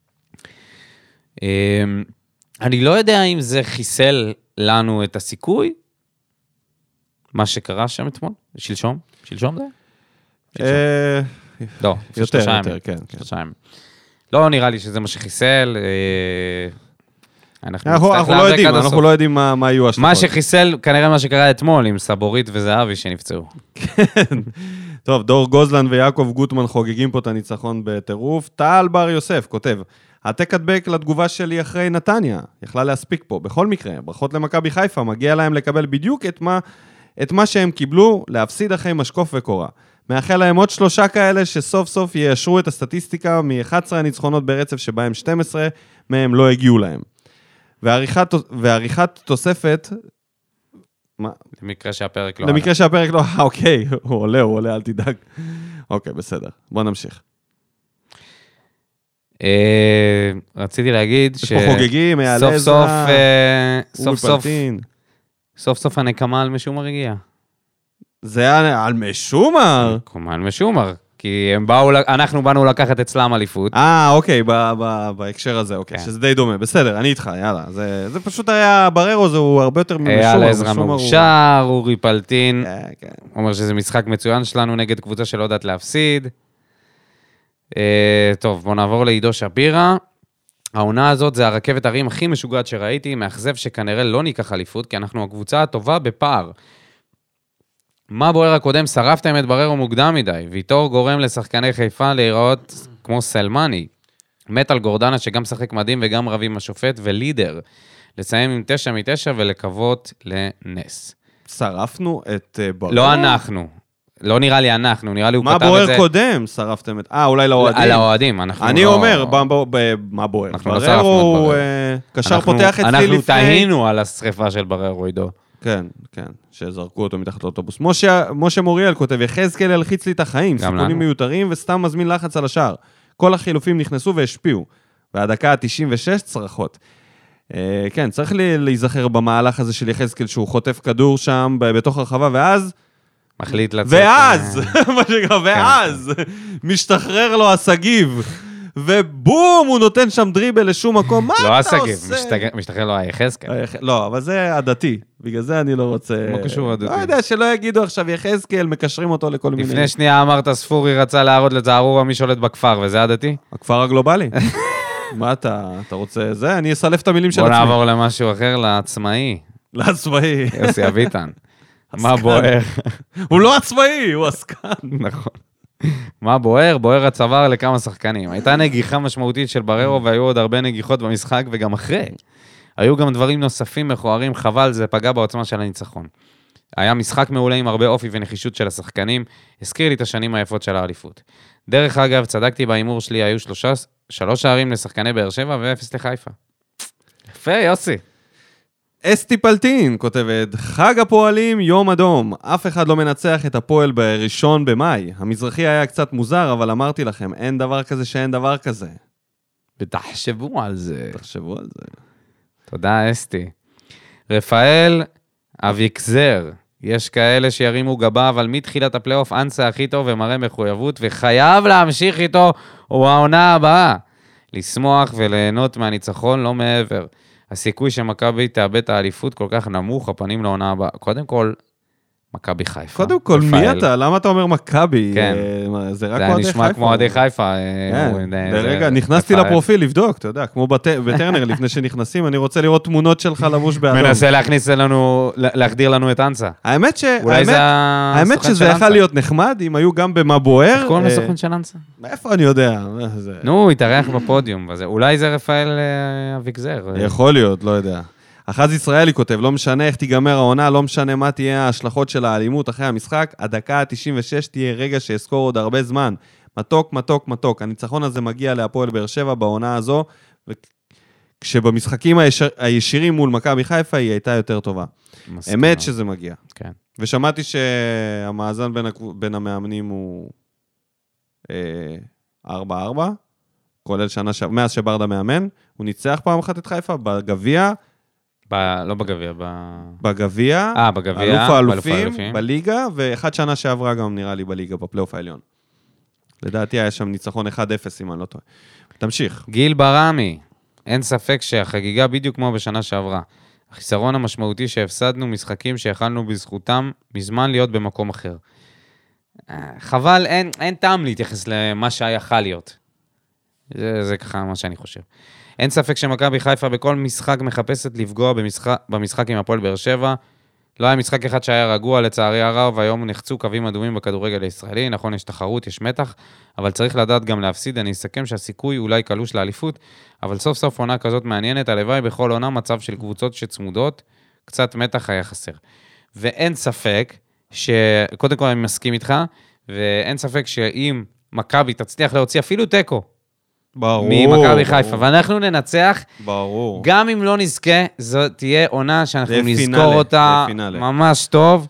אני לא יודע אם זה חיסל לנו את הסיכוי, מה שקרה שם אתמול, שלשום, שלשום זה? אה, לא, יותר, שלושה יותר, ימים. כן, כן. שלושה ימים. לא נראה לי שזה מה שחיסל. אה, אנחנו אנחנו נצטרך אנחנו לא להיאבק יודעים, עד אנחנו הסוף. לא יודעים מה מה יהיו השלכות. מה שחיסל, כנראה מה שקרה אתמול, עם סבורית וזהבי שנפצעו. טוב, דור גוזלן ויעקב גוטמן חוגגים פה את הניצחון בטירוף. טל בר יוסף כותב, העתק הדבק לתגובה שלי אחרי נתניה, יכלה להספיק פה. בכל מקרה, ברכות למכבי חיפה, מגיע להם לקבל בדיוק את מה, את מה שהם קיבלו, להפסיד אחרי משקוף וקורה. מאחל להם עוד שלושה כאלה שסוף סוף יישרו את הסטטיסטיקה מ-אחד עשר הניצחונות ברצף שבהם שתים עשרה מהם לא הגיעו להם. ועריכת, ועריכת תוספת, מה? למקרה שהפרק לא... למקרה שהפרק לא, אה, אוקיי, הוא עולה, הוא עולה, אל תדאג. אוקיי, בסדר, בוא נמשיך. אה, רציתי להגיד ש... יש פה חוגגים, אייל סוף עזרא, סוף, אה, אורי סוף סוף, פלטין. סוף סוף הנקמה על משומר הגיע. זה היה על משומר. נקמה על משומר, כי הם באו, אנחנו באנו לקחת אצלם אליפות. אה, אוקיי, ב- ב- בהקשר הזה, אוקיי, כן. שזה די דומה. בסדר, אני איתך, יאללה. זה זה פשוט היה, בררו זה הוא הרבה יותר ממשומר. אייל עזרא משומר הוא- מאושר, אורי פלטין. כן, כן. אומר שזה משחק מצוין שלנו נגד קבוצה שלא יודעת להפסיד. אה, טוב, בואו נעבור לעידו שפירא. העונה הזאת זה הרכבת הרים הכי משוגעת שראיתי, מאכזב שכנראה לא ניקח אליפות, כי אנחנו הקבוצה הטובה בפער. מה בוער הקודם? שרפתם את בררו מוקדם מדי, ויתור גורם לשחקני חיפה להיראות כמו סלמני. מת על גורדנה שגם שחק מדהים וגם רב עם השופט ולידר. לסיים עם תשע מתשע ולקוות לנס. שרפנו את אה, בררו. לא אנחנו. לא נראה לי אנחנו, נראה לי הוא מה כתב את בוער זה... קודם? שרפתם את... אה, אולי לאוהדים. על האוהדים, אנחנו אני לא... אומר, ב- ב- ב- מה בוער? אנחנו לא בררו שרפנו את הוא בררו. אה, קשר אנחנו- פותח אצלי לפני... אנחנו טעינו על השריפה של בררו, עידו. כן, כן, שזרקו אותו מתחת לאוטובוס. משה, משה מוריאל כותב, יחזקאל ילחיץ לי את החיים, סיכונים לנו. מיותרים וסתם מזמין לחץ על השער. כל החילופים נכנסו והשפיעו. והדקה ה-תשעים ושש צרחות. כן, צריך להיזכר במהלך הזה של יחזקאל, שהוא חוטף כדור שם בתוך הרחבה, ואז... מחליט לצאת. ואז, מה שנקרא, ואז, משתחרר לו הסגיב, ובום, הוא נותן שם דריבל לשום מקום, מה אתה עושה? לא הסגיב, משתחרר לו היחזקאל. לא, אבל זה עדתי, בגלל זה אני לא רוצה... מה קשור עדתי? לא יודע, שלא יגידו עכשיו יחזקאל, מקשרים אותו לכל מיני... לפני שנייה אמרת, ספורי רצה להראות לזערורה מי שולט בכפר, וזה עדתי? הכפר הגלובלי. מה אתה, אתה רוצה זה? אני אסלף את המילים של עצמי. עצמי. בוא נעבור למשהו אחר, לעצמאי. לעצמאי. יוסי אביטן. מה בוער? הוא לא עצמאי, הוא עסקן. נכון. מה בוער? בוער הצוואר לכמה שחקנים. הייתה נגיחה משמעותית של בררו, והיו עוד הרבה נגיחות במשחק, וגם אחרי. היו גם דברים נוספים מכוערים, חבל, זה פגע בעוצמה של הניצחון. היה משחק מעולה עם הרבה אופי ונחישות של השחקנים, הזכיר לי את השנים היפות של האליפות. דרך אגב, צדקתי באימור שלי, היו שלושה, שלוש שערים לשחקני באר שבע ואפס לחיפה. יפה, יוסי. אסתי פלטין כותבת, חג הפועלים יום אדום, אף אחד לא מנצח את הפועל בראשון במאי. המזרחי היה קצת מוזר, אבל אמרתי לכם, אין דבר כזה שאין דבר כזה. ותחשבו על זה. תחשבו על זה. תודה, אסתי. רפאל אביקזר, יש כאלה שירימו גבה, אבל מתחילת הפלייאוף אנסה הכי טוב ומראה מחויבות, וחייב להמשיך איתו, הוא העונה הבאה. לשמוח וליהנות מהניצחון לא מעבר. הסיכוי שמכבי תאבד את האליפות כל כך נמוך, הפנים לעונה הבאה. קודם כל, מכבי חיפה. קודם כל, מי אתה? למה אתה אומר מכבי? כן. זה רק זה אוהדי נשמע חיפה. כמו אוהדי חיפה. רגע, נכנסתי לפרופיל לבדוק, אתה יודע, כמו בטרנר, לפני שנכנסים, אני רוצה לראות תמונות שלך לבוש באדום. מנסה להכניס לנו, להחדיר לנו את אנסה. האמת ש... אולי זה האמת שזה יכול להיות נחמד, אם היו גם במה בוער. איך קוראים לסוכן של אנסה? מאיפה אני יודע? נו, התארח בפודיום. אולי זה רפאל אביקזר. יכול להיות, לא יודע. אחז ישראלי כותב, לא משנה איך תיגמר העונה, לא משנה מה תהיה ההשלכות של האלימות אחרי המשחק, הדקה ה-תשעים ושש תהיה רגע שאזכור עוד הרבה זמן. מתוק, מתוק, מתוק. הניצחון הזה מגיע להפועל באר שבע בעונה הזו, כשבמשחקים הישר, הישירים מול מכבי חיפה היא הייתה יותר טובה. אמת שזה מגיע. כן. ושמעתי שהמאזן בין, בין המאמנים הוא ארבע ארבע, כולל שנה, ש... מאז שברדה מאמן, הוא ניצח פעם אחת את חיפה בגביע, ב... לא בגביע, ב... בגביע, אה, בגביע, אלוף האלופים, בליגה, ואחד שנה שעברה גם נראה לי בליגה, בפלייאוף העליון. לדעתי היה שם ניצחון אחד אפס, אם אני לא טועה. תמשיך. גיל ברמי, אין ספק שהחגיגה בדיוק כמו בשנה שעברה. החיסרון המשמעותי שהפסדנו משחקים שיכלנו בזכותם מזמן להיות במקום אחר. חבל, אין, אין טעם להתייחס למה שהיה להיות. זה, זה ככה מה שאני חושב. אין ספק שמכבי חיפה בכל משחק מחפשת לפגוע במשחק, במשחק עם הפועל באר שבע. לא היה משחק אחד שהיה רגוע, לצערי הרב, והיום נחצו קווים אדומים בכדורגל הישראלי. נכון, יש תחרות, יש מתח, אבל צריך לדעת גם להפסיד. אני אסכם שהסיכוי אולי קלוש לאליפות, אבל סוף סוף עונה כזאת מעניינת, הלוואי בכל עונה מצב של קבוצות שצמודות, קצת מתח היה חסר. ואין ספק שקודם כל אני מסכים איתך, ואין ספק שאם מכבי תצליח להוציא אפילו טקו, ברור. ממכבי חיפה, ואנחנו ננצח, ברור. גם אם לא נזכה, זו תהיה עונה שאנחנו לפינאלי, נזכור אותה לפינאלי. ממש טוב,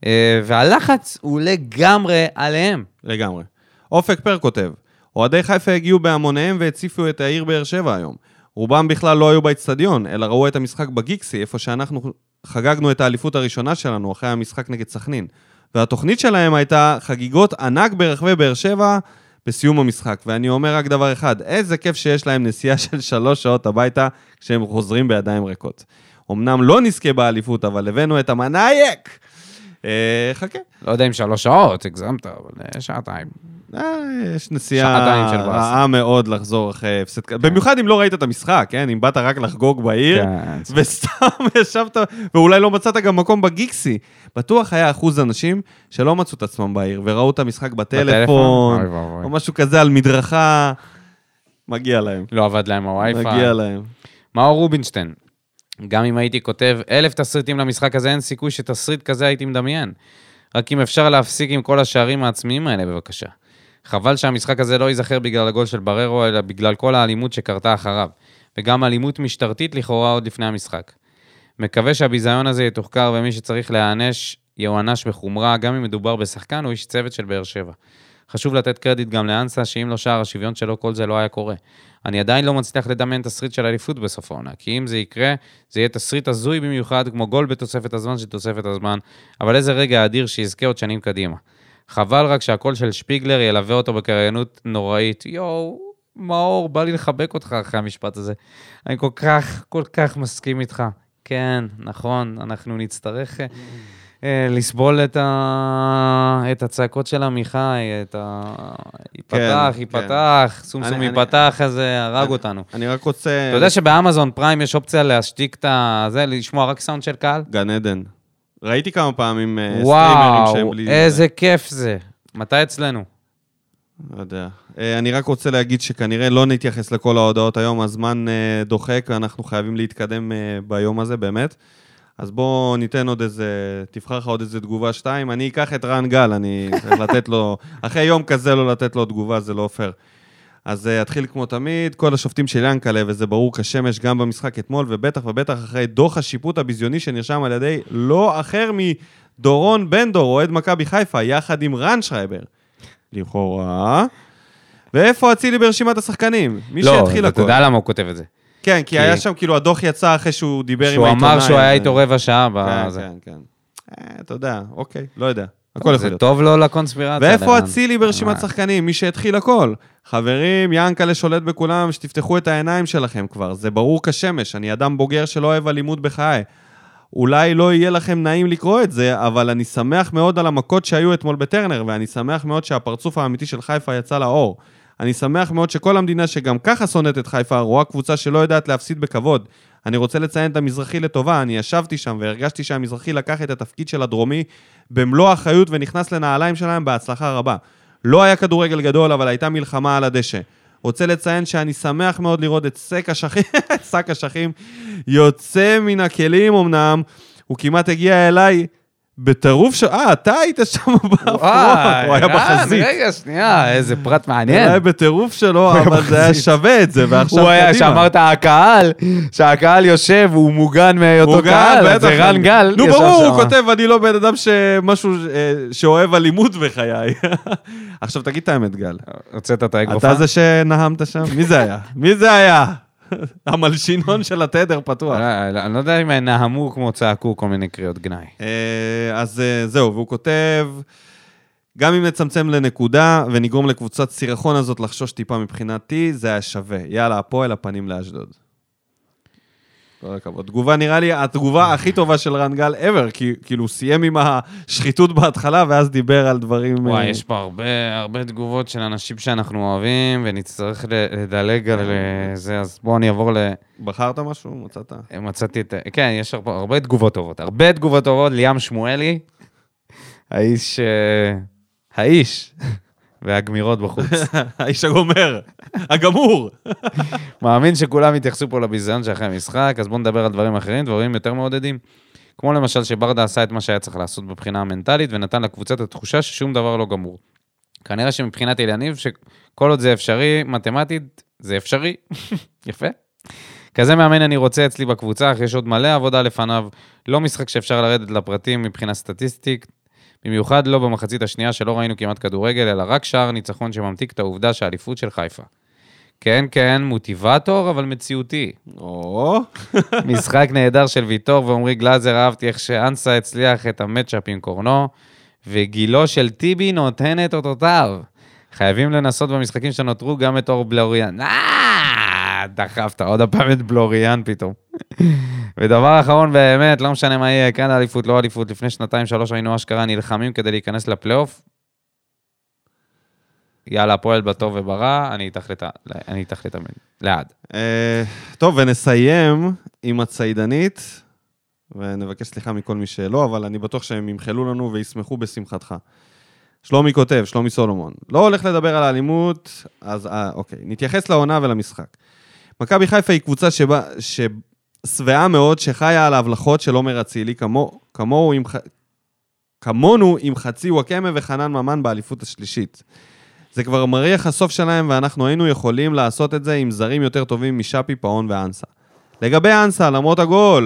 והלחץ הוא לגמרי עליהם. לגמרי. אופק פר כותב, אוהדי חיפה הגיעו בהמוניהם והציפו את העיר באר שבע היום. רובם בכלל לא היו באצטדיון, אלא ראו את המשחק בגיקסי, איפה שאנחנו חגגנו את האליפות הראשונה שלנו, אחרי המשחק נגד סכנין. והתוכנית שלהם הייתה חגיגות ענק ברחבי באר שבע, בסיום המשחק, ואני אומר רק דבר אחד, איזה כיף שיש להם נסיעה של שלוש שעות הביתה, כשהם חוזרים בידיים ריקות. אמנם לא נזכה באליפות, אבל הבאנו את המנאייק. אה, חכה. לא יודע אם שלוש שעות, הגזמת, אבל שעתיים. אה, יש נסיעה רעה מאוד לחזור אחרי הפסד. במיוחד אם לא ראית את המשחק, כן? אם באת רק לחגוג בעיר, וסתם ישבת, ואולי לא מצאת גם מקום בגיקסי. בטוח היה אחוז אנשים שלא מצאו את עצמם בעיר, וראו את המשחק בטלפון, או משהו כזה על מדרכה. מגיע להם. לא עבד להם הווי-פיי. מגיע להם. מאור רובינשטיין, גם אם הייתי כותב אלף תסריטים למשחק הזה, אין סיכוי שתסריט כזה הייתי מדמיין. רק אם אפשר להפסיק עם כל השערים העצמיים האלה, בבקשה. חבל שהמשחק הזה לא ייזכר בגלל הגול של בררו, אלא בגלל כל האלימות שקרתה אחריו, וגם אלימות משטרתית לכאורה עוד לפני המשחק. מקווה שהביזיון הזה יתוחקר, ומי שצריך להיענש, יוענש בחומרה, גם אם מדובר בשחקן או איש צוות של באר שבע. חשוב לתת קרדיט גם לאנסה, שאם לא שער השוויון שלו, כל זה לא היה קורה. אני עדיין לא מצליח לדמיין תסריט של אליפות בסוף העונה, כי אם זה יקרה, זה יהיה תסריט הזוי במיוחד, כמו גול בתוספת הזמן של תוספת הזמן, אבל איזה רגע אדיר שיזכה עוד שנים קדימה. חבל רק שהקול של שפיגלר ילווה אותו בקריינות נוראית. יואו, מאור, בא לי לחבק אותך אחרי המשפט הזה. אני כל כך, כל כך מסכים איתך. כן, נכון, אנחנו נצטרך אה, לסבול את, ה... את הצעקות של עמיחי, את ה... ייפתח, כן, ייפתח, כן. סום סום אני, ייפתח, אני, הזה הרג אני, אותנו. אני רק רוצה... אתה יודע שבאמזון פריים יש אופציה להשתיק את זה, לשמוע רק סאונד של קהל? גן עדן. ראיתי כמה פעמים uh, סטרימרים שהם בלי... וואו, איזה כיף זה. מתי אצלנו? לא יודע. Uh, אני רק רוצה להגיד שכנראה לא נתייחס לכל ההודעות היום, הזמן uh, דוחק, ואנחנו חייבים להתקדם uh, ביום הזה, באמת. אז בואו ניתן עוד איזה, תבחר לך עוד איזה תגובה שתיים. אני אקח את רן גל, אני צריך לתת לו, אחרי יום כזה לא לתת לו תגובה, זה לא פייר. אז uh, אתחיל כמו תמיד, כל השופטים של ינקלה, וזה ברור כשמש גם במשחק אתמול, ובטח ובטח אחרי דוח השיפוט הביזיוני שנרשם על ידי לא אחר מדורון בן דור, אוהד מכבי חיפה, יחד עם רן שרייבר. לכאורה. ואיפה אצילי ברשימת השחקנים? מי לא, שהתחיל אתה יודע למה הוא כותב את זה. כן, כי, כי היה שם, כאילו, הדוח יצא אחרי שהוא דיבר עם שהוא העיתונאי. אמר שהוא היה זה... איתו רבע שעה כן, בזה. כן, כן. אה, אתה יודע, אוקיי, לא יודע. הכל יכול זה להיות. טוב לו לקונספירציה. ואיפה אצילי ברשימת שחקנים? מי שהתחיל הכל. חברים, ינקלה שולט בכולם, שתפתחו את העיניים שלכם כבר. זה ברור כשמש, אני אדם בוגר שלא אוהב אלימות בחיי. אולי לא יהיה לכם נעים לקרוא את זה, אבל אני שמח מאוד על המכות שהיו אתמול בטרנר, ואני שמח מאוד שהפרצוף האמיתי של חיפה יצא לאור. אני שמח מאוד שכל המדינה שגם ככה שונאת את חיפה, רואה קבוצה שלא יודעת להפסיד בכבוד. אני רוצה לציין את המזרחי לטובה, אני ישבתי שם והרגשתי שהמזרחי לקח את התפקיד של הדרומי במלוא האחריות ונכנס לנעליים שלהם בהצלחה רבה. לא היה כדורגל גדול, אבל הייתה מלחמה על הדשא. רוצה לציין שאני שמח מאוד לראות את שק השכים, שק השכים יוצא מן הכלים אמנם, הוא כמעט הגיע אליי בטירוף ש... אה, אתה היית שם באפרוק, הוא היה בחזית. רגע, שנייה, איזה פרט מעניין. היה בטירוף שלו, אבל זה היה שווה את זה, ועכשיו הוא היה, קדימה. שאמרת הקהל, שהקהל יושב, הוא מוגן מאותו קהל, זה רן גל. נו ברור, הוא כותב, אני לא בן אדם שמשהו שאוהב אלימות בחיי. עכשיו תגיד את האמת, גל. הוצאת את האגרופה? אתה זה שנהמת שם? מי זה היה? מי זה היה? המלשינון של התדר פתוח. אני לא יודע אם הם נהמו כמו צעקו כל מיני קריאות גנאי. אז זהו, והוא כותב, גם אם נצמצם לנקודה ונגרום לקבוצת סירחון הזאת לחשוש טיפה מבחינתי, זה היה שווה. יאללה, הפועל הפנים לאשדוד. כל הכבוד. תגובה נראה לי, התגובה הכי טובה של רן גל ever, כי כאילו הוא סיים עם השחיתות בהתחלה, ואז דיבר על דברים... וואי, יש פה הרבה, הרבה תגובות של אנשים שאנחנו אוהבים, ונצטרך לדלג על זה, אז בואו אני אעבור ל... בחרת משהו? מצאת? מצאתי את... כן, יש הרבה, הרבה תגובות טובות. הרבה תגובות טובות, ליאם שמואלי, האיש... האיש... והגמירות בחוץ. האיש הגומר, הגמור. מאמין שכולם יתייחסו פה לביזיון שאחרי המשחק, אז בואו נדבר על דברים אחרים, דברים יותר מעודדים. כמו למשל שברדה עשה את מה שהיה צריך לעשות בבחינה המנטלית, ונתן לקבוצת התחושה ששום דבר לא גמור. כנראה שמבחינת אליניב, שכל עוד זה אפשרי, מתמטית, זה אפשרי. יפה. כזה מאמן אני רוצה אצלי בקבוצה, אך יש עוד מלא עבודה לפניו, לא משחק שאפשר לרדת לפרטים מבחינה סטטיסטית, במיוחד לא במחצית השנייה שלא ראינו כמעט כדורגל, אלא רק שער ניצחון שממתיק את העובדה שהאליפות של חיפה. כן, כן, מוטיבטור, אבל מציאותי. או. משחק נהדר של ויטור ועומרי גלאזר, אהבתי איך שאנסה הצליח את המצ'אפ עם קורנו, וגילו של טיבי נותן את אותותיו. חייבים לנסות במשחקים שנותרו גם את אור בלוריאן. אה, דחפת עוד הפעם את בלוריאן פתאום. ודבר אחרון באמת, לא משנה מה יהיה, כאן אליפות, לא אליפות, לפני שנתיים, שלוש היינו אשכרה נלחמים כדי להיכנס לפלייאוף. יאללה, פועל בטוב וברע, אני איתך לתאמן, לעד. טוב, ונסיים עם הציידנית, ונבקש סליחה מכל מי שלא, אבל אני בטוח שהם ימחלו לנו וישמחו בשמחתך. שלומי כותב, שלומי סולומון, לא הולך לדבר על האלימות, אז אוקיי, נתייחס לעונה ולמשחק. מכבי חיפה היא קבוצה שבה, ששבעה מאוד, שחיה על ההבלחות של עומר אצילי, כמו, כמוהו עם, כמונו עם חצי וואקמה וחנן ממן באליפות השלישית. זה כבר מריח הסוף שלהם, ואנחנו היינו יכולים לעשות את זה עם זרים יותר טובים משאפי, פאון ואנסה. לגבי אנסה, למרות הגול,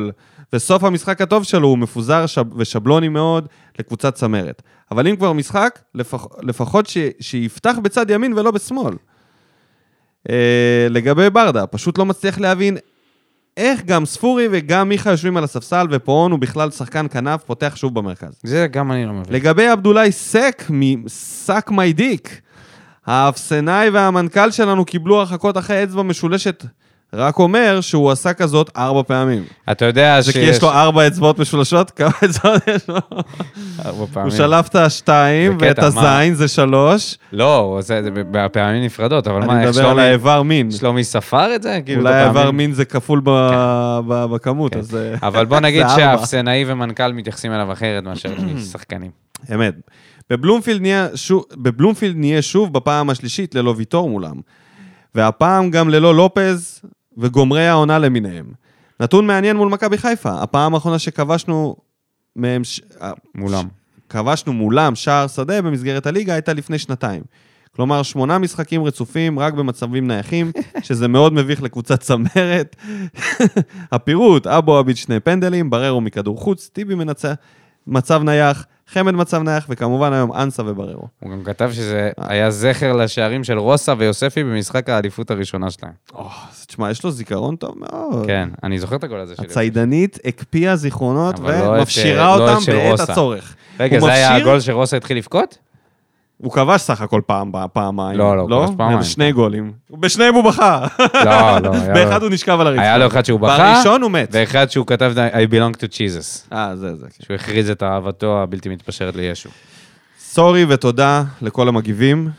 וסוף המשחק הטוב שלו הוא מפוזר ושבלוני מאוד לקבוצת צמרת. אבל אם כבר משחק, לפח, לפחות ש, שיפתח בצד ימין ולא בשמאל. אה, לגבי ברדה, פשוט לא מצליח להבין איך גם ספורי וגם מיכה יושבים על הספסל, ופורון הוא בכלל שחקן כנף, פותח שוב במרכז. זה גם אני לא מבין. לגבי עבדולאי סק, מסק מיידיק, האפסנאי והמנכ"ל שלנו קיבלו הרחקות אחרי אצבע משולשת, רק אומר שהוא עשה כזאת ארבע פעמים. אתה יודע שיש... זה כי יש לו ארבע אצבעות משולשות, כמה אצבעות יש לו? ארבע פעמים. הוא שלף את השתיים, ואת הזין זה שלוש. לא, זה בפעמים נפרדות, אבל מה, אני מדבר על האיבר מין. שלומי ספר את זה? אולי האיבר מין זה כפול בכמות, אז... אבל בוא נגיד שהאפסנאי ומנכ"ל מתייחסים אליו אחרת מאשר שחקנים. אמת. בבלומפילד נהיה שוב, בבלומפילד נהיה שוב בפעם השלישית ללא ויתור מולם. והפעם גם ללא לופז וגומרי העונה למיניהם. נתון מעניין מול מכבי חיפה. הפעם האחרונה שכבשנו מהם... מולם. כבשנו מולם שער שדה במסגרת הליגה הייתה לפני שנתיים. כלומר, שמונה משחקים רצופים רק במצבים נייחים, שזה מאוד מביך לקבוצת צמרת. הפירוט, אבו עביד שני פנדלים, בררו מכדור חוץ, טיבי מנצח, מצב נייח, חמד מצב נייח, וכמובן היום אנסה ובררו. הוא גם כתב שזה היה זכר לשערים של רוסה ויוספי במשחק האליפות הראשונה שלהם. תשמע, יש לו זיכרון טוב מאוד. כן, אני זוכר את הגול הזה שלי. הציידנית הקפיאה זיכרונות ומפשירה אותם בעת הצורך. רגע, זה היה הגול שרוסה התחיל לבכות? הוא כבש סך הכל פעם, פעמיים. לא, לא, הוא כבש פעמיים. שני גולים. בשניהם הוא בכה. לא, לא. באחד הוא נשכב על הרצפה. היה לו אחד שהוא בכה. בראשון הוא מת. ואחד שהוא כתב, I belong to Jesus. אה, זה, זה. שהוא הכריז את אהבתו הבלתי מתפשרת לישו. סורי ותודה לכל המגיבים.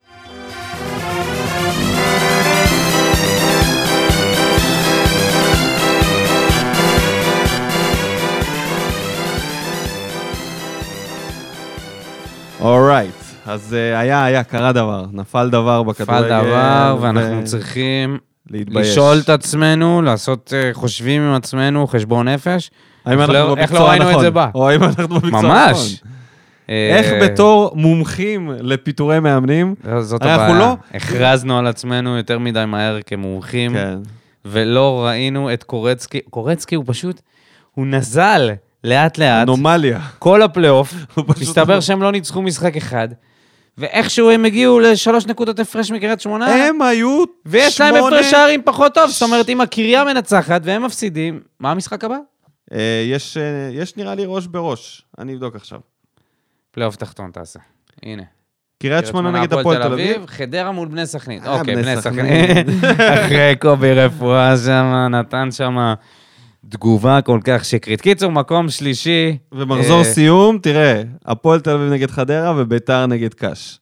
אורייט. אז היה, היה, קרה דבר, נפל דבר בכדורגל. נפל דבר, ואנחנו צריכים לשאול את עצמנו, לעשות חושבים עם עצמנו, חשבון נפש. איך לא ראינו את זה בא? או האם אנחנו במקצוע נכון. ממש. איך בתור מומחים לפיטורי מאמנים, זאת הבעיה. הכרזנו על עצמנו יותר מדי מהר כמומחים, ולא ראינו את קורצקי. קורצקי הוא פשוט, הוא נזל. לאט לאט. אנומליה. כל הפלייאוף, מסתבר שהם לא ניצחו משחק אחד, ואיכשהו הם הגיעו לשלוש נקודות הפרש מקריית שמונה. הם היו שמונה... ויש להם הפרש שערים פחות טוב, זאת אומרת, אם הקריה מנצחת והם מפסידים, מה המשחק הבא? יש, יש נראה לי ראש בראש, אני אבדוק עכשיו. פלייאוף תחתון תעשה, הנה. קריית שמונה נגד הפועל תל אביב. חדרה מול בני סכנין. אוקיי, בני סכנין. אחרי קובי רפואה שם, נתן שם... תגובה כל כך שקרית. קיצור, מקום שלישי. ומחזור סיום, תראה, הפועל תל אביב נגד חדרה וביתר נגד קש.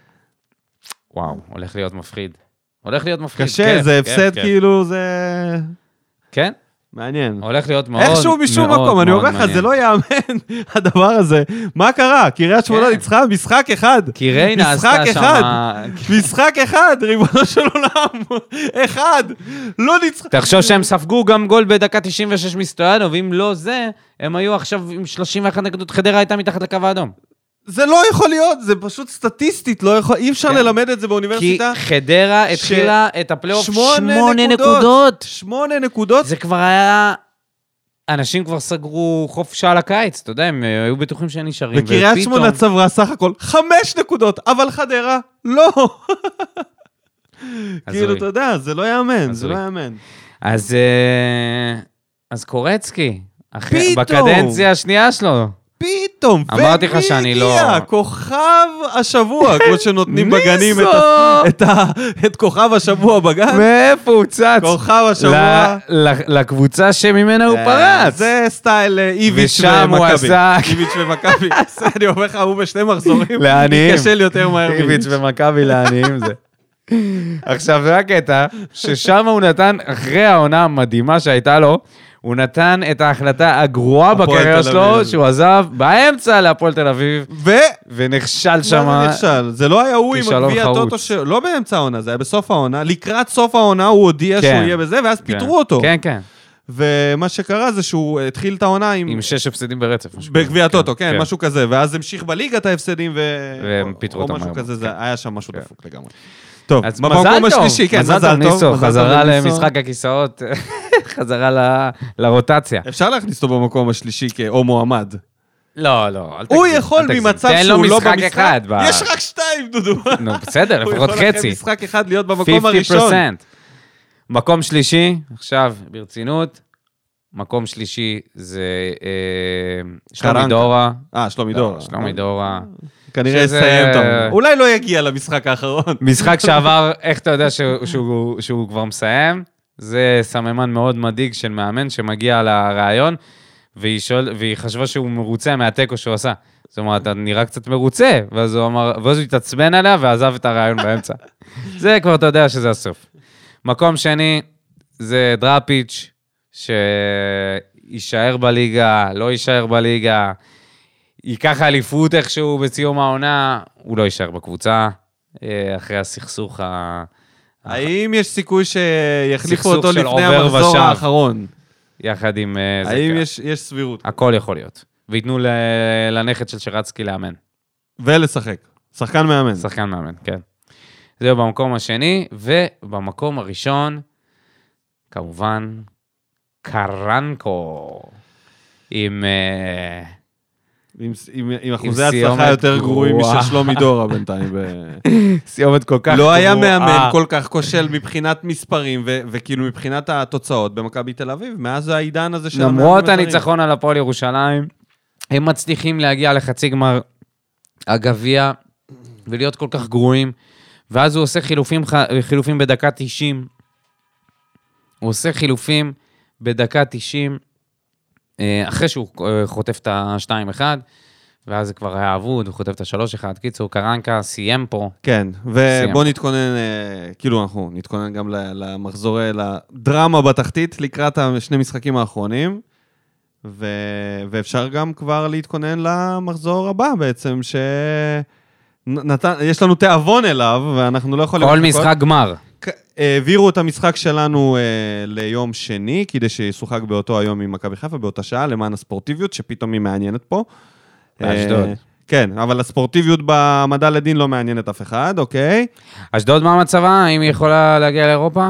וואו, הולך להיות מפחיד. הולך להיות מפחיד. קשה, זה הפסד כאילו, זה... כן? מעניין. הולך להיות מאוד, איכשהו משום מקום, אני אומר לך, זה לא יאמן, הדבר הזה. מה קרה? קריית שמונה ניצחה משחק אחד. כי ריינה עשתה שמה... משחק אחד, ריבונו של עולם. אחד. לא ניצחה. תחשוב שהם ספגו גם גול בדקה תשעים ושש מסטויאנוב, ואם לא זה, הם היו עכשיו עם שלושים ואחת נקודות, חדרה הייתה מתחת לקו האדום. זה לא יכול להיות, זה פשוט סטטיסטית, לא יכול, אי אפשר ללמד את זה באוניברסיטה. כי חדרה התחילה את הפלייאוף שמונה נקודות. שמונה נקודות. זה כבר היה... אנשים כבר סגרו חופשה לקיץ, אתה יודע, הם היו בטוחים שהם נשארים. וקריית שמונה צברה סך הכל חמש נקודות, אבל חדרה לא. כאילו, אתה יודע, זה לא יאמן, זה לא יאמן. אז קורצקי, בקדנציה השנייה שלו, פתאום, אמרתי לך שאני לא... והגיע כוכב השבוע, כמו שנותנים בגנים את כוכב השבוע בגן. מאיפה הוא צץ? כוכב השבוע. לקבוצה שממנה הוא פרץ. זה סטייל איביץ' ומכבי. איביץ' ומכבי. אני אומר לך, הוא בשני מחזורים. לעניים. יקשל יותר מהר. איביץ' ומכבי לעניים זה. עכשיו זה הקטע, ששם הוא נתן, אחרי העונה המדהימה שהייתה לו, הוא נתן את ההחלטה הגרועה בקריירה שלו, שהוא עזב באמצע להפועל תל אביב, ו... ונכשל שם. לא נכשל, זה לא היה הוא עם הגביע הטוטו, ש... לא באמצע העונה, זה היה בסוף העונה, לקראת סוף העונה הוא הודיע כן. שהוא יהיה בזה, ואז כן. פיטרו אותו. כן, כן. ומה שקרה זה שהוא התחיל את העונה עם... עם שש הפסדים ברצף. בגביע הטוטו, כן, כן, משהו כזה, ואז המשיך בליגת ההפסדים, ו... והם פיטרו אותם. או משהו כזה, זה היה שם משהו כן. דפוק לגמרי. טוב, במקום השלישי, כן, מזל טוב. חזרה למשחק הכיסאות. חזרה ל- לרוטציה. אפשר להכניס אותו במקום השלישי כאו מועמד. לא, לא, אל תגזים. הוא יכול אל תגזים. ממצב תן לו שהוא לא משחק במשחק. אחד ב- יש רק שתיים, דודו. נו, בסדר, הוא לפחות יכול אחרי חצי. משחק אחד להיות במקום חמישים הראשון. אחוז. מקום שלישי, עכשיו, ברצינות, מקום שלישי זה אה, שלומי קרנקה. דורה. אה, שלומי לא, דורה. שלומי דורה. כנראה שזה- יסיים טוב. אולי לא יגיע למשחק האחרון. משחק שעבר, איך אתה יודע שהוא, שהוא, שהוא כבר מסיים? זה סממן מאוד מדאיג של מאמן שמגיע לרעיון, והיא, שואל, והיא חשבה שהוא מרוצה מהטקו שהוא עשה. זאת אומרת, אתה נראה קצת מרוצה, ואז הוא אמר, ואז הוא התעצבן עליה ועזב את הרעיון באמצע. זה כבר אתה יודע שזה הסוף. מקום שני, זה דראפיץ', שישאר בליגה, לא יישאר בליגה, ייקח אליפות איכשהו בסיום העונה, הוא לא יישאר בקבוצה, אחרי הסכסוך ה... האם יש סיכוי שיחליפו סכסוך אותו של לפני עובר המחזור ושב. האחרון? יחד עם... אה, זה האם כן. יש יש סבירות? הכל יכול להיות. וייתנו ל- לנכד של שרצקי לאמן. ולשחק. שחקן מאמן. שחקן מאמן, כן. זהו במקום השני, ובמקום הראשון, כמובן, קרנקו. עם... אה, עם, עם, עם אחוזי סיומת הצלחה יותר גרועים גרועה. משל שלומי דורה בינתיים. ב... סיומת כל כך לא היה גרועה. מאמן כל כך כושל מבחינת מספרים, ו- וכאילו מבחינת התוצאות במכבי תל אביב, מאז העידן הזה של המאמנים למרות הזרים. הניצחון על הפועל ירושלים, הם מצליחים להגיע לחצי גמר הגביע, ולהיות כל כך גרועים, ואז הוא עושה חילופים, חילופים בדקה תשעים. הוא עושה חילופים בדקה תשעים, אחרי שהוא חוטף את ה-שתיים אחד, ואז זה כבר היה אבוד, הוא חוטף את ה-שלוש אחד. קיצור, קרנקה סיים פה. כן, ובוא נתכונן, אה, כאילו אנחנו נתכונן גם ל- למחזורי, לדרמה בתחתית, לקראת השני משחקים האחרונים, ו- ואפשר גם כבר להתכונן למחזור הבא בעצם, שנתן, יש לנו תיאבון אליו, ואנחנו לא יכולים... כל לחכות. משחק גמר. העבירו את המשחק שלנו אה, ליום שני, כדי שישוחק באותו היום עם מכבי חיפה, באותה שעה, למען הספורטיביות, שפתאום היא מעניינת פה. באשדוד. אה, כן, אבל הספורטיביות במדע לדין לא מעניינת אף אחד, אוקיי? אשדוד מה מצבה? האם היא יכולה להגיע לאירופה?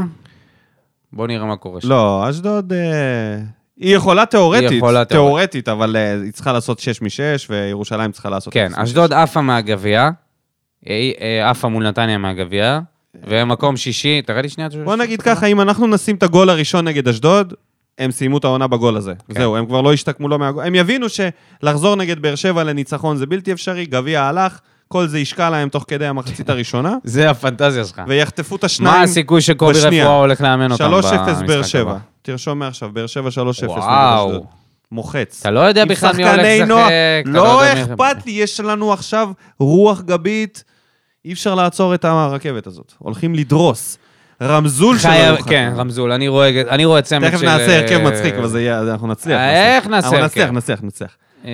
בוא נראה מה קורה שם. לא, אשדוד... אה, היא יכולה תיאורטית, היא יכולה תיאורטית, אבל אה, היא צריכה לעשות שש משש, וירושלים צריכה לעשות... כן, אפס משש. אשדוד עפה מהגביע, היא, אה, עפה מול נתניה מהגביע, ומקום שישי, תראה לי שנייה. בוא נגיד ככה, אם אנחנו נשים את הגול הראשון נגד אשדוד, הם סיימו את העונה בגול הזה. כן. זהו, הם כבר לא השתקמו לו מהגול. הם יבינו שלחזור נגד באר שבע לניצחון זה בלתי אפשרי, גביע הלך, כל זה ישקע להם תוך כדי המחצית הראשונה, זה הפנטזיה שלך. ויחטפו את השניים. מה הסיכוי שקובי בשנייה. רפואה הולך לאמן אותם שלוש במשחק אפס באר הבא? שבע. תרשום מעכשיו, באר שבע שלוש אפס נגד וואו. אשדוד. מוחץ. אתה לא יודע עם בכלל מי הולך שחקני לשחק. נוער. אתה לא יודע מי- אכפת לי, יש לנו עכשיו רוח גבית, אי אפשר לעצור את הרכבת הזאת. הולכים לדרוס. רמזול שלנו. חייב, כן, רמזול, אני רואה, אני רואה צמד של... תכף נעשה הרכב מצחיק, אבל זה יהיה, אנחנו נצליח. איך נעשה אנחנו הרכב? נצליח, נצליח, נצליח.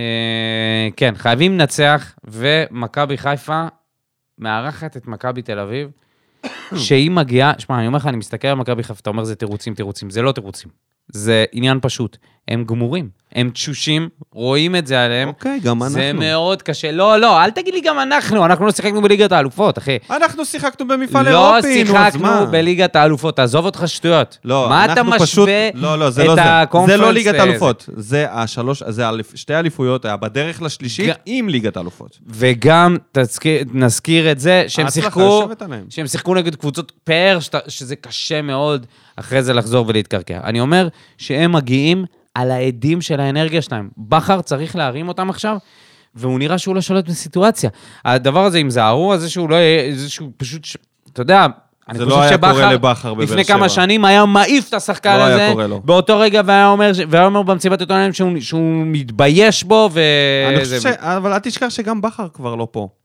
אה, כן, חייבים לנצח, ומכבי חיפה מארחת את מכבי תל אביב, שהיא מגיעה, שמע, אני אומר לך, אני מסתכל על מכבי חיפה, אתה אומר, זה תירוצים, תירוצים, זה לא תירוצים. זה עניין פשוט. הם גמורים, הם תשושים, רואים את זה עליהם. אוקיי, גם אנחנו. זה מאוד קשה. לא, לא, אל תגיד לי גם אנחנו, אנחנו לא שיחקנו בליגת האלופות, אחי. אנחנו שיחקנו במפעל לא אירופי, נו, אז מה? שיחקנו בליגת האלופות, תעזוב אותך שטויות. לא, מה אתה אנחנו פשוט... משווה לא, לא, זה את לא זה. זה הקונפרנס לא ליגת לזה? האלופות. זה השלוש, זה האליפ- שתי אליפויות, היה בדרך לשלישית ג- עם ליגת האלופות. וגם תזכיר, נזכיר את זה שהם ההצלחה שיחקו, יושבת עליהם. שהם שיחקו נגד קבוצות פאר, שאתה- שזה קשה מאוד אחרי זה לחזור ולהתקרקע. אני אומר שהם מגיעים על העדים של האנרגיה שלהם. בכר צריך להרים אותם עכשיו, והוא נראה שהוא לא שולט בסיטואציה. הדבר הזה, אם זה הארור, זה שהוא לא יהיה, זה שהוא פשוט, ש- אתה יודע, אני זה חושב לא היה שבכר, קורה לבכר בבאר לפני שבע. כמה שנים היה מעיף את השחקן לא היה הזה, קורה לו. באותו רגע, והיה אומר, והיה אומר במסיבת עיתונאים שהוא, שהוא מתבייש בו, ו... אני חושב זה- ש... אבל אל תשכח שגם בכר כבר לא פה.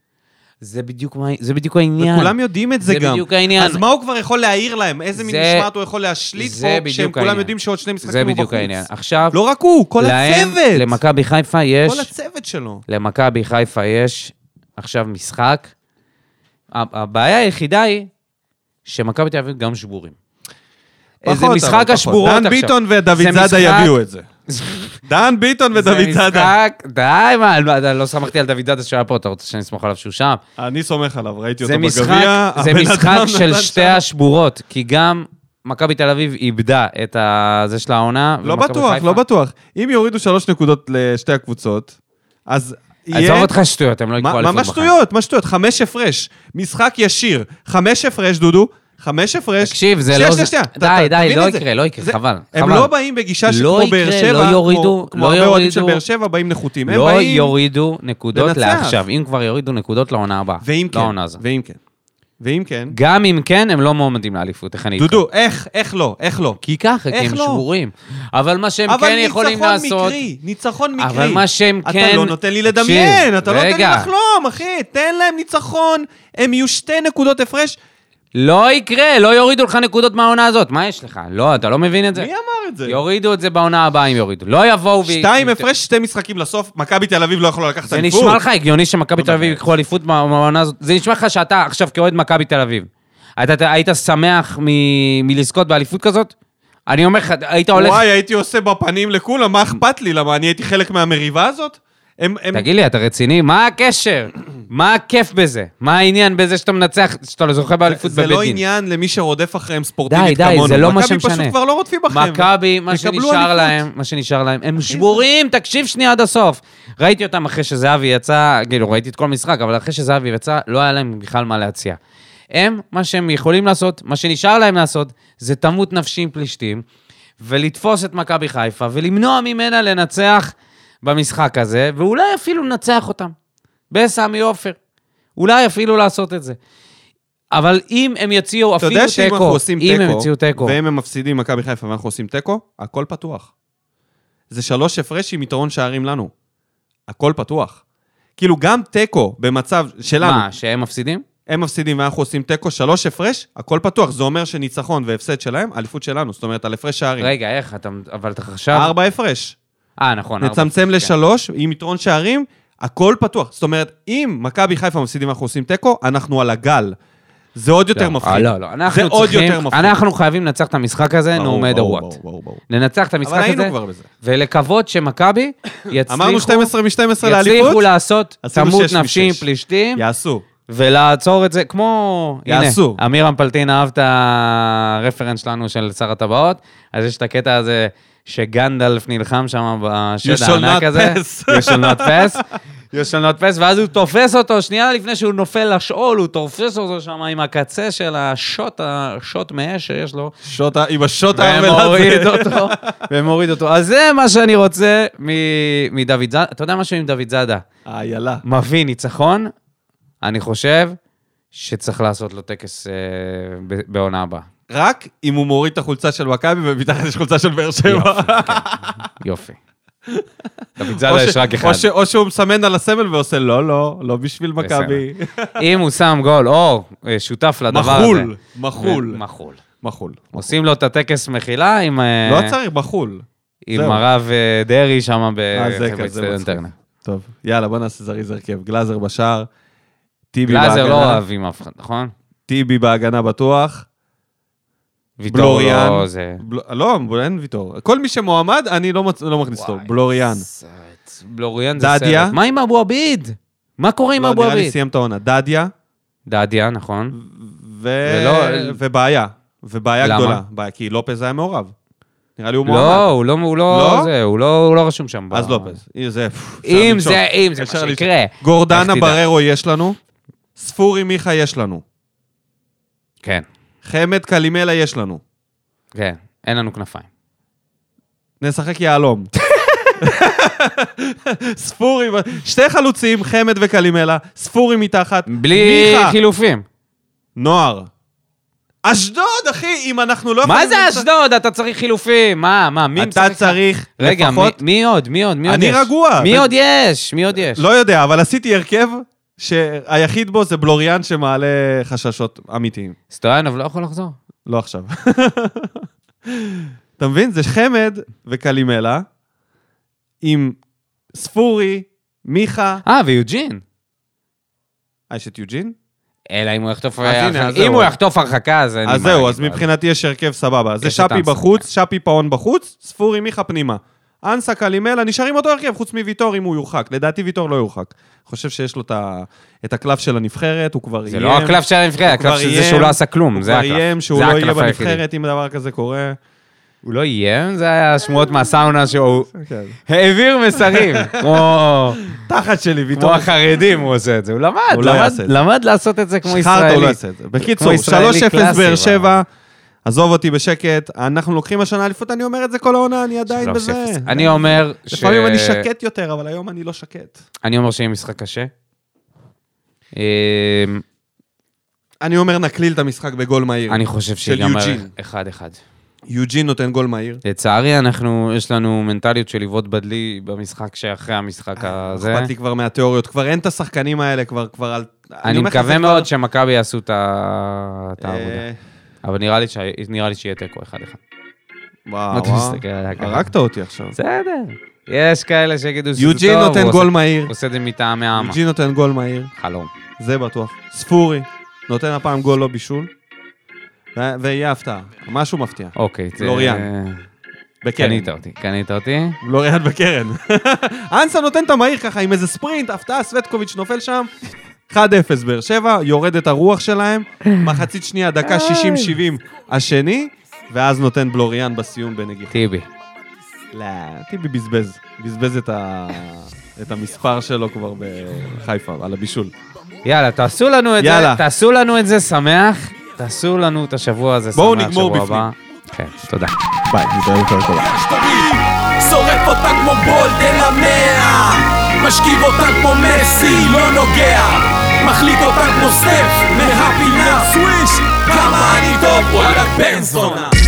זה בדיוק, מה- זה בדיוק העניין. וכולם יודעים את זה זה גם. בדיוק העניין. אז מה הוא כבר יכול להעיר להם? איזה מין זה- משמעת הוא יכול להשליט זה פה, בדיוק כשהם כולם העניין. יודעים שעוד שני משחקים זה הוא בחוץ. בדיוק העניין. עכשיו, לא רק הוא, כל להם, הצוות. למכבי חיפה כל יש, הצוות שלו. למכבי חיפה יש עכשיו משחק. הבעיה היחידה היא שמכבי תל אביב גם שבורים. פחות, זה אבל משחק פחות. השבורות דן עכשיו. ביטון ודוד זה זאדה משחק- יביאו את זה. דן ביטון ודוד זה זאדה. משחק, די, מה, לא- לא שמחתי על דוד זאדה שהיה פה, אתה רוצה שאני אסמוך עליו שהוא שם? אני סומך עליו, ראיתי זה אותו משחק, בגביע. זה הבן משחק אדם של נתן שתי שם. השבורות, כי גם מכבי תל אביב איבדה את זה של העונה. לא בטוח, לא בטוח. אם יורידו שלוש נקודות לשתי הקבוצות, אז יהיה... עזוב אותך שטויות, הם לא יקחו אליפות בחיים. מה שטויות? מה שטויות? חמש הפרש. משחק ישיר. חמש הפרש, דודו. חמש הפרש. תקשיב, זה לא... שנייה, שנייה. די, די, לא יקרה, לא יקרה, חבל. הם לא באים בגישה כמו באר שבע, לא יורידו, כמו הרבה אוהדים של באר שבע, באים נחותים. לא יורידו נקודות לעכשיו. אם כבר יורידו נקודות לעונה הבאה. ואם כן, ואם כן. ואם כן... גם אם כן, הם לא מועמדים לאליפות, איך אני איתך? דודו, איך, איך לא, איך לא? כי ככה, כי הם שבורים. אבל מה שהם כן יכולים לעשות... אבל ניצחון מקרי, ניצחון מקרי. אבל מה שהם כן... אתה לא נותן לי לדמיין, אתה לא נותן לי לחלום, אחי. תן להם ניצחון, הם יהיו שתי נקודות הפרש. לא יקרה, לא יורידו לך נקודות מהעונה הזאת. מה יש לך? לא, אתה לא מבין את זה? מי אמר את זה? יורידו את זה בעונה הבאה אם יורידו. לא יבואו... שתיים הפרש, שתי משחקים לסוף, מכבי תל אביב לא יכולה לקחת אליפות. זה נשמע לך הגיוני שמכבי תל אביב יקחו אליפות מהעונה הזאת? זה נשמע לך שאתה עכשיו כאוהד מכבי תל אביב. היית שמח מלזכות באליפות כזאת? אני אומר לך, היית הולך... וואי, הייתי עושה בפנים לכולם, מה אכפת לי? למה אני הייתי חלק מהמריבה הזאת? תגיד לי, אתה רציני? מה הקשר? מה הכיף בזה? מה העניין בזה שאתה מנצח, שאתה לא זוכה באליפות בבית דין? זה לא עניין למי שרודף אחריהם ספורטיבית כמונו. די, די, זה לא מה שמשנה. מכבי פשוט כבר לא רודפים בכם. מכבי, מה שנשאר להם, מה שנשאר להם, הם שבורים, תקשיב שנייה עד הסוף. ראיתי אותם אחרי שזהבי יצא, כאילו, ראיתי את כל משחק, אבל אחרי שזהבי יצא, לא היה להם בכלל מה להציע. הם, מה שהם יכולים לעשות, מה שנשאר להם לעשות, זה תמות נפשי עם פלישתים, ולתפוס את מכבי חיפה, ולמנוע ממנה לנצח במשחק הזה, ואולי אפילו לנצח אותם, בסמי עופר. אולי אפילו לעשות את זה. אבל אם הם יציעו אפילו טקו, אתה יודע שאם אנחנו עושים טקו, ואם הם מפסידים מכבי חיפה ואנחנו עושים טקו, הכל פתוח. זה שלוש הפרש עם יתרון שערים לנו. הכל פתוח. כאילו גם טקו במצב שלנו. מה, שהם מפסידים? הם מפסידים ואנחנו עושים טקו, שלוש הפרש, הכל פתוח. זה אומר שניצחון והפסד שלהם, אליפות שלנו. זאת אומרת, על הפרש שערים. רגע, איך? אתה, אבל אתה חשב... ארבע הפרש. אה, נכון. נצמצם לשלוש, עם יתרון שערים, הכל פתוח. זאת אומרת, אם מכבי חיפה מפסידים ואנחנו עושים טקו, אנחנו על הגל. זה עוד יותר מפחיד. לא, לא, אנחנו צריכים, אנחנו חייבים לנצח את המשחק הזה, no matter what. לנצח את המשחק הזה, ולקוות שמכבי אמרנו שתים עשרה משתים עשרה לאליפות, יצליחו לעשות תמות נפשי עם פלישתים, יעשו. ולעצור את זה, כמו, יעשו. הנה, אמיר אמפלטין אהב את הרפרנס שלנו של שר הטבעות, אז יש את הקטע הזה, שגנדלף נלחם שם בשד הענק הזה. You shall not pass. You shall not pass, ואז הוא תופס אותו, שנייה לפני שהוא נופל לשאול, הוא תופס אותו שם עם הקצה של השוט, השוט מאש שיש לו. שוט, עם השוט ומוריד אותו, ומוריד אותו. אז זה מה שאני רוצה מדוד זאדה. אתה יודע משהו עם דוד זאדה? איילה. מביא ניצחון, אני חושב שצריך לעשות לו טקס בעונה הבאה. רק אם הוא מוריד את החולצה של מכבי, ומתחת יש חולצה של באר שבע. יופי. דוד זאדה יש רק אחד. או שהוא מסמן על הסמל ועושה, לא, לא, לא בשביל מכבי. אם הוא שם גול, או שותף לדבר הזה. מחול, מחול. מחול. מחול. עושים לו את הטקס מחילה עם... לא צריך, מחול. עם הרב דרי שם באינטרנט. טוב, יאללה, בוא נעשה זריז הרכב. גלאזר בשער. גלאזר לא אוהבים אף אחד, נכון? טיבי בהגנה בטוח. ויטור לא זה... לא, אין ויטור. כל מי שמועמד, אני לא מכניס אותו. בלוריאן. בלוריאן זה סרט. מה עם אבו עביד? מה קורה עם אבו עביד? נראה לי סיים את העונה. דדיה. דדיה, נכון. ובעיה. ובעיה גדולה. כי לופז היה מעורב. נראה לי הוא מועמד. לא, הוא לא זה, הוא לא רשום שם. אז לופז. זה... אם זה, אם זה מה שיקרה. גורדנה בררו יש לנו. ספורי מיכה יש לנו. כן. חמד קלימלה יש לנו. כן, אין לנו כנפיים. נשחק יעלום. ספורי, שתי חלוצים, חמד וקלימלה, ספורי מתחת. בלי חילופים. נוער. אשדוד, אחי, אם אנחנו לא... מה זה אשדוד? אתה צריך חילופים. מה, מה, מי משחק? אתה צריך רגע, מי עוד? מי עוד? אני רגוע. מי עוד יש? מי עוד יש? לא יודע, אבל עשיתי הרכב שהיחיד בו זה בלוריאן שמעלה חששות אמיתיים. סטויאנוב לא יכול לחזור? לא עכשיו. אתה מבין? זה חמד וקלימלה עם ספורי, מיכה. אה, ויוג'ין. אה, יש את יוג'ין? אלא אם הוא יחטוף הרחקה. אם הוא יחטוף הרחקה, אז... אז זהו, אז מבחינתי יש הרכב סבבה. זה שפי בחוץ, שפי פאון בחוץ, ספורי, מיכה פנימה. אנסה, קלימלה, נשארים אותו הרכב, חוץ מוויטור אם הוא יורחק. לדעתי ויטור לא יורחק. חושב שיש לו את הקלף של הנבחרת, הוא כבר איים. זה לא הקלף של הנבחרת, הקלף של זה שהוא לא עשה כלום, זה הקלף. הוא כבר איים שהוא לא יהיה בנבחרת אם דבר כזה קורה. הוא לא איים, זה היה שמועות מהסאונה שהוא העביר מסרים, כמו... תחת שלי, ויטור. כמו החרדים הוא עושה את זה, הוא למד, למד לעשות את זה כמו ישראלי. הוא לא עושה את זה. בקיצור, שלוש אפס באר שבע, עזוב אותי בשקט, אנחנו לוקחים השנה אליפות, אני אומר את זה כל העונה, אני עדיין בזה. אני אומר ש... לפעמים אני שקט יותר, אבל היום אני לא שקט. אני אומר שיהיה משחק קשה. אני אומר נקליל את המשחק בגול מהיר. אני חושב שיגמר אחד אחד. יוג'ין נותן גול מהיר. לצערי, אנחנו, יש לנו מנטליות של לבעוט בדלי במשחק שאחרי המשחק הזה. אכפת לי כבר מהתיאוריות, כבר אין את השחקנים האלה, כבר, כבר על... אני מקווה מאוד שמכבי יעשו את העבודה. אבל נראה לי שיהיה תיקו אחד אחד. וואו, וואו. הרגת אותי עכשיו. בסדר. יש כאלה שיגידו שזה טוב. יוג'ין נותן גול מהיר. עושה את זה מטעמי העמה. יוג'ין נותן גול מהיר. חלום. זה בטוח. ספורי, נותן הפעם גול לא בישול. ויהיה הפתעה, משהו מפתיע. אוקיי. גלוריאן. בקרן. קנית אותי, קנית אותי. גלוריאן בקרן. אנסה נותן את המהיר ככה עם איזה ספרינט, הפתעה, סווטקוביץ' נופל שם. אחד אפס באר שבע, יורד את הרוח שלהם, מחצית שנייה, דקה שישים שבעים השני, ואז נותן בלוריאן בסיום בנגיחה. טיבי. לא, טיבי בזבז. בזבז את, ה... את המספר שלו כבר בחיפה, על הבישול. יאללה, תעשו לנו את יאללה. זה, תעשו לנו את זה שמח. תעשו לנו את השבוע הזה, בואו נגמור בפנים. כן, תודה. ביי, נתראה יותר טובה. שורף אותה כמו בולדן המאה, משכיב אותה כמו מסי, לא נוגע, מחליט אותה כמו סטף, מהפינה סוויש, כמה אני טוב, וואלה בן זונה.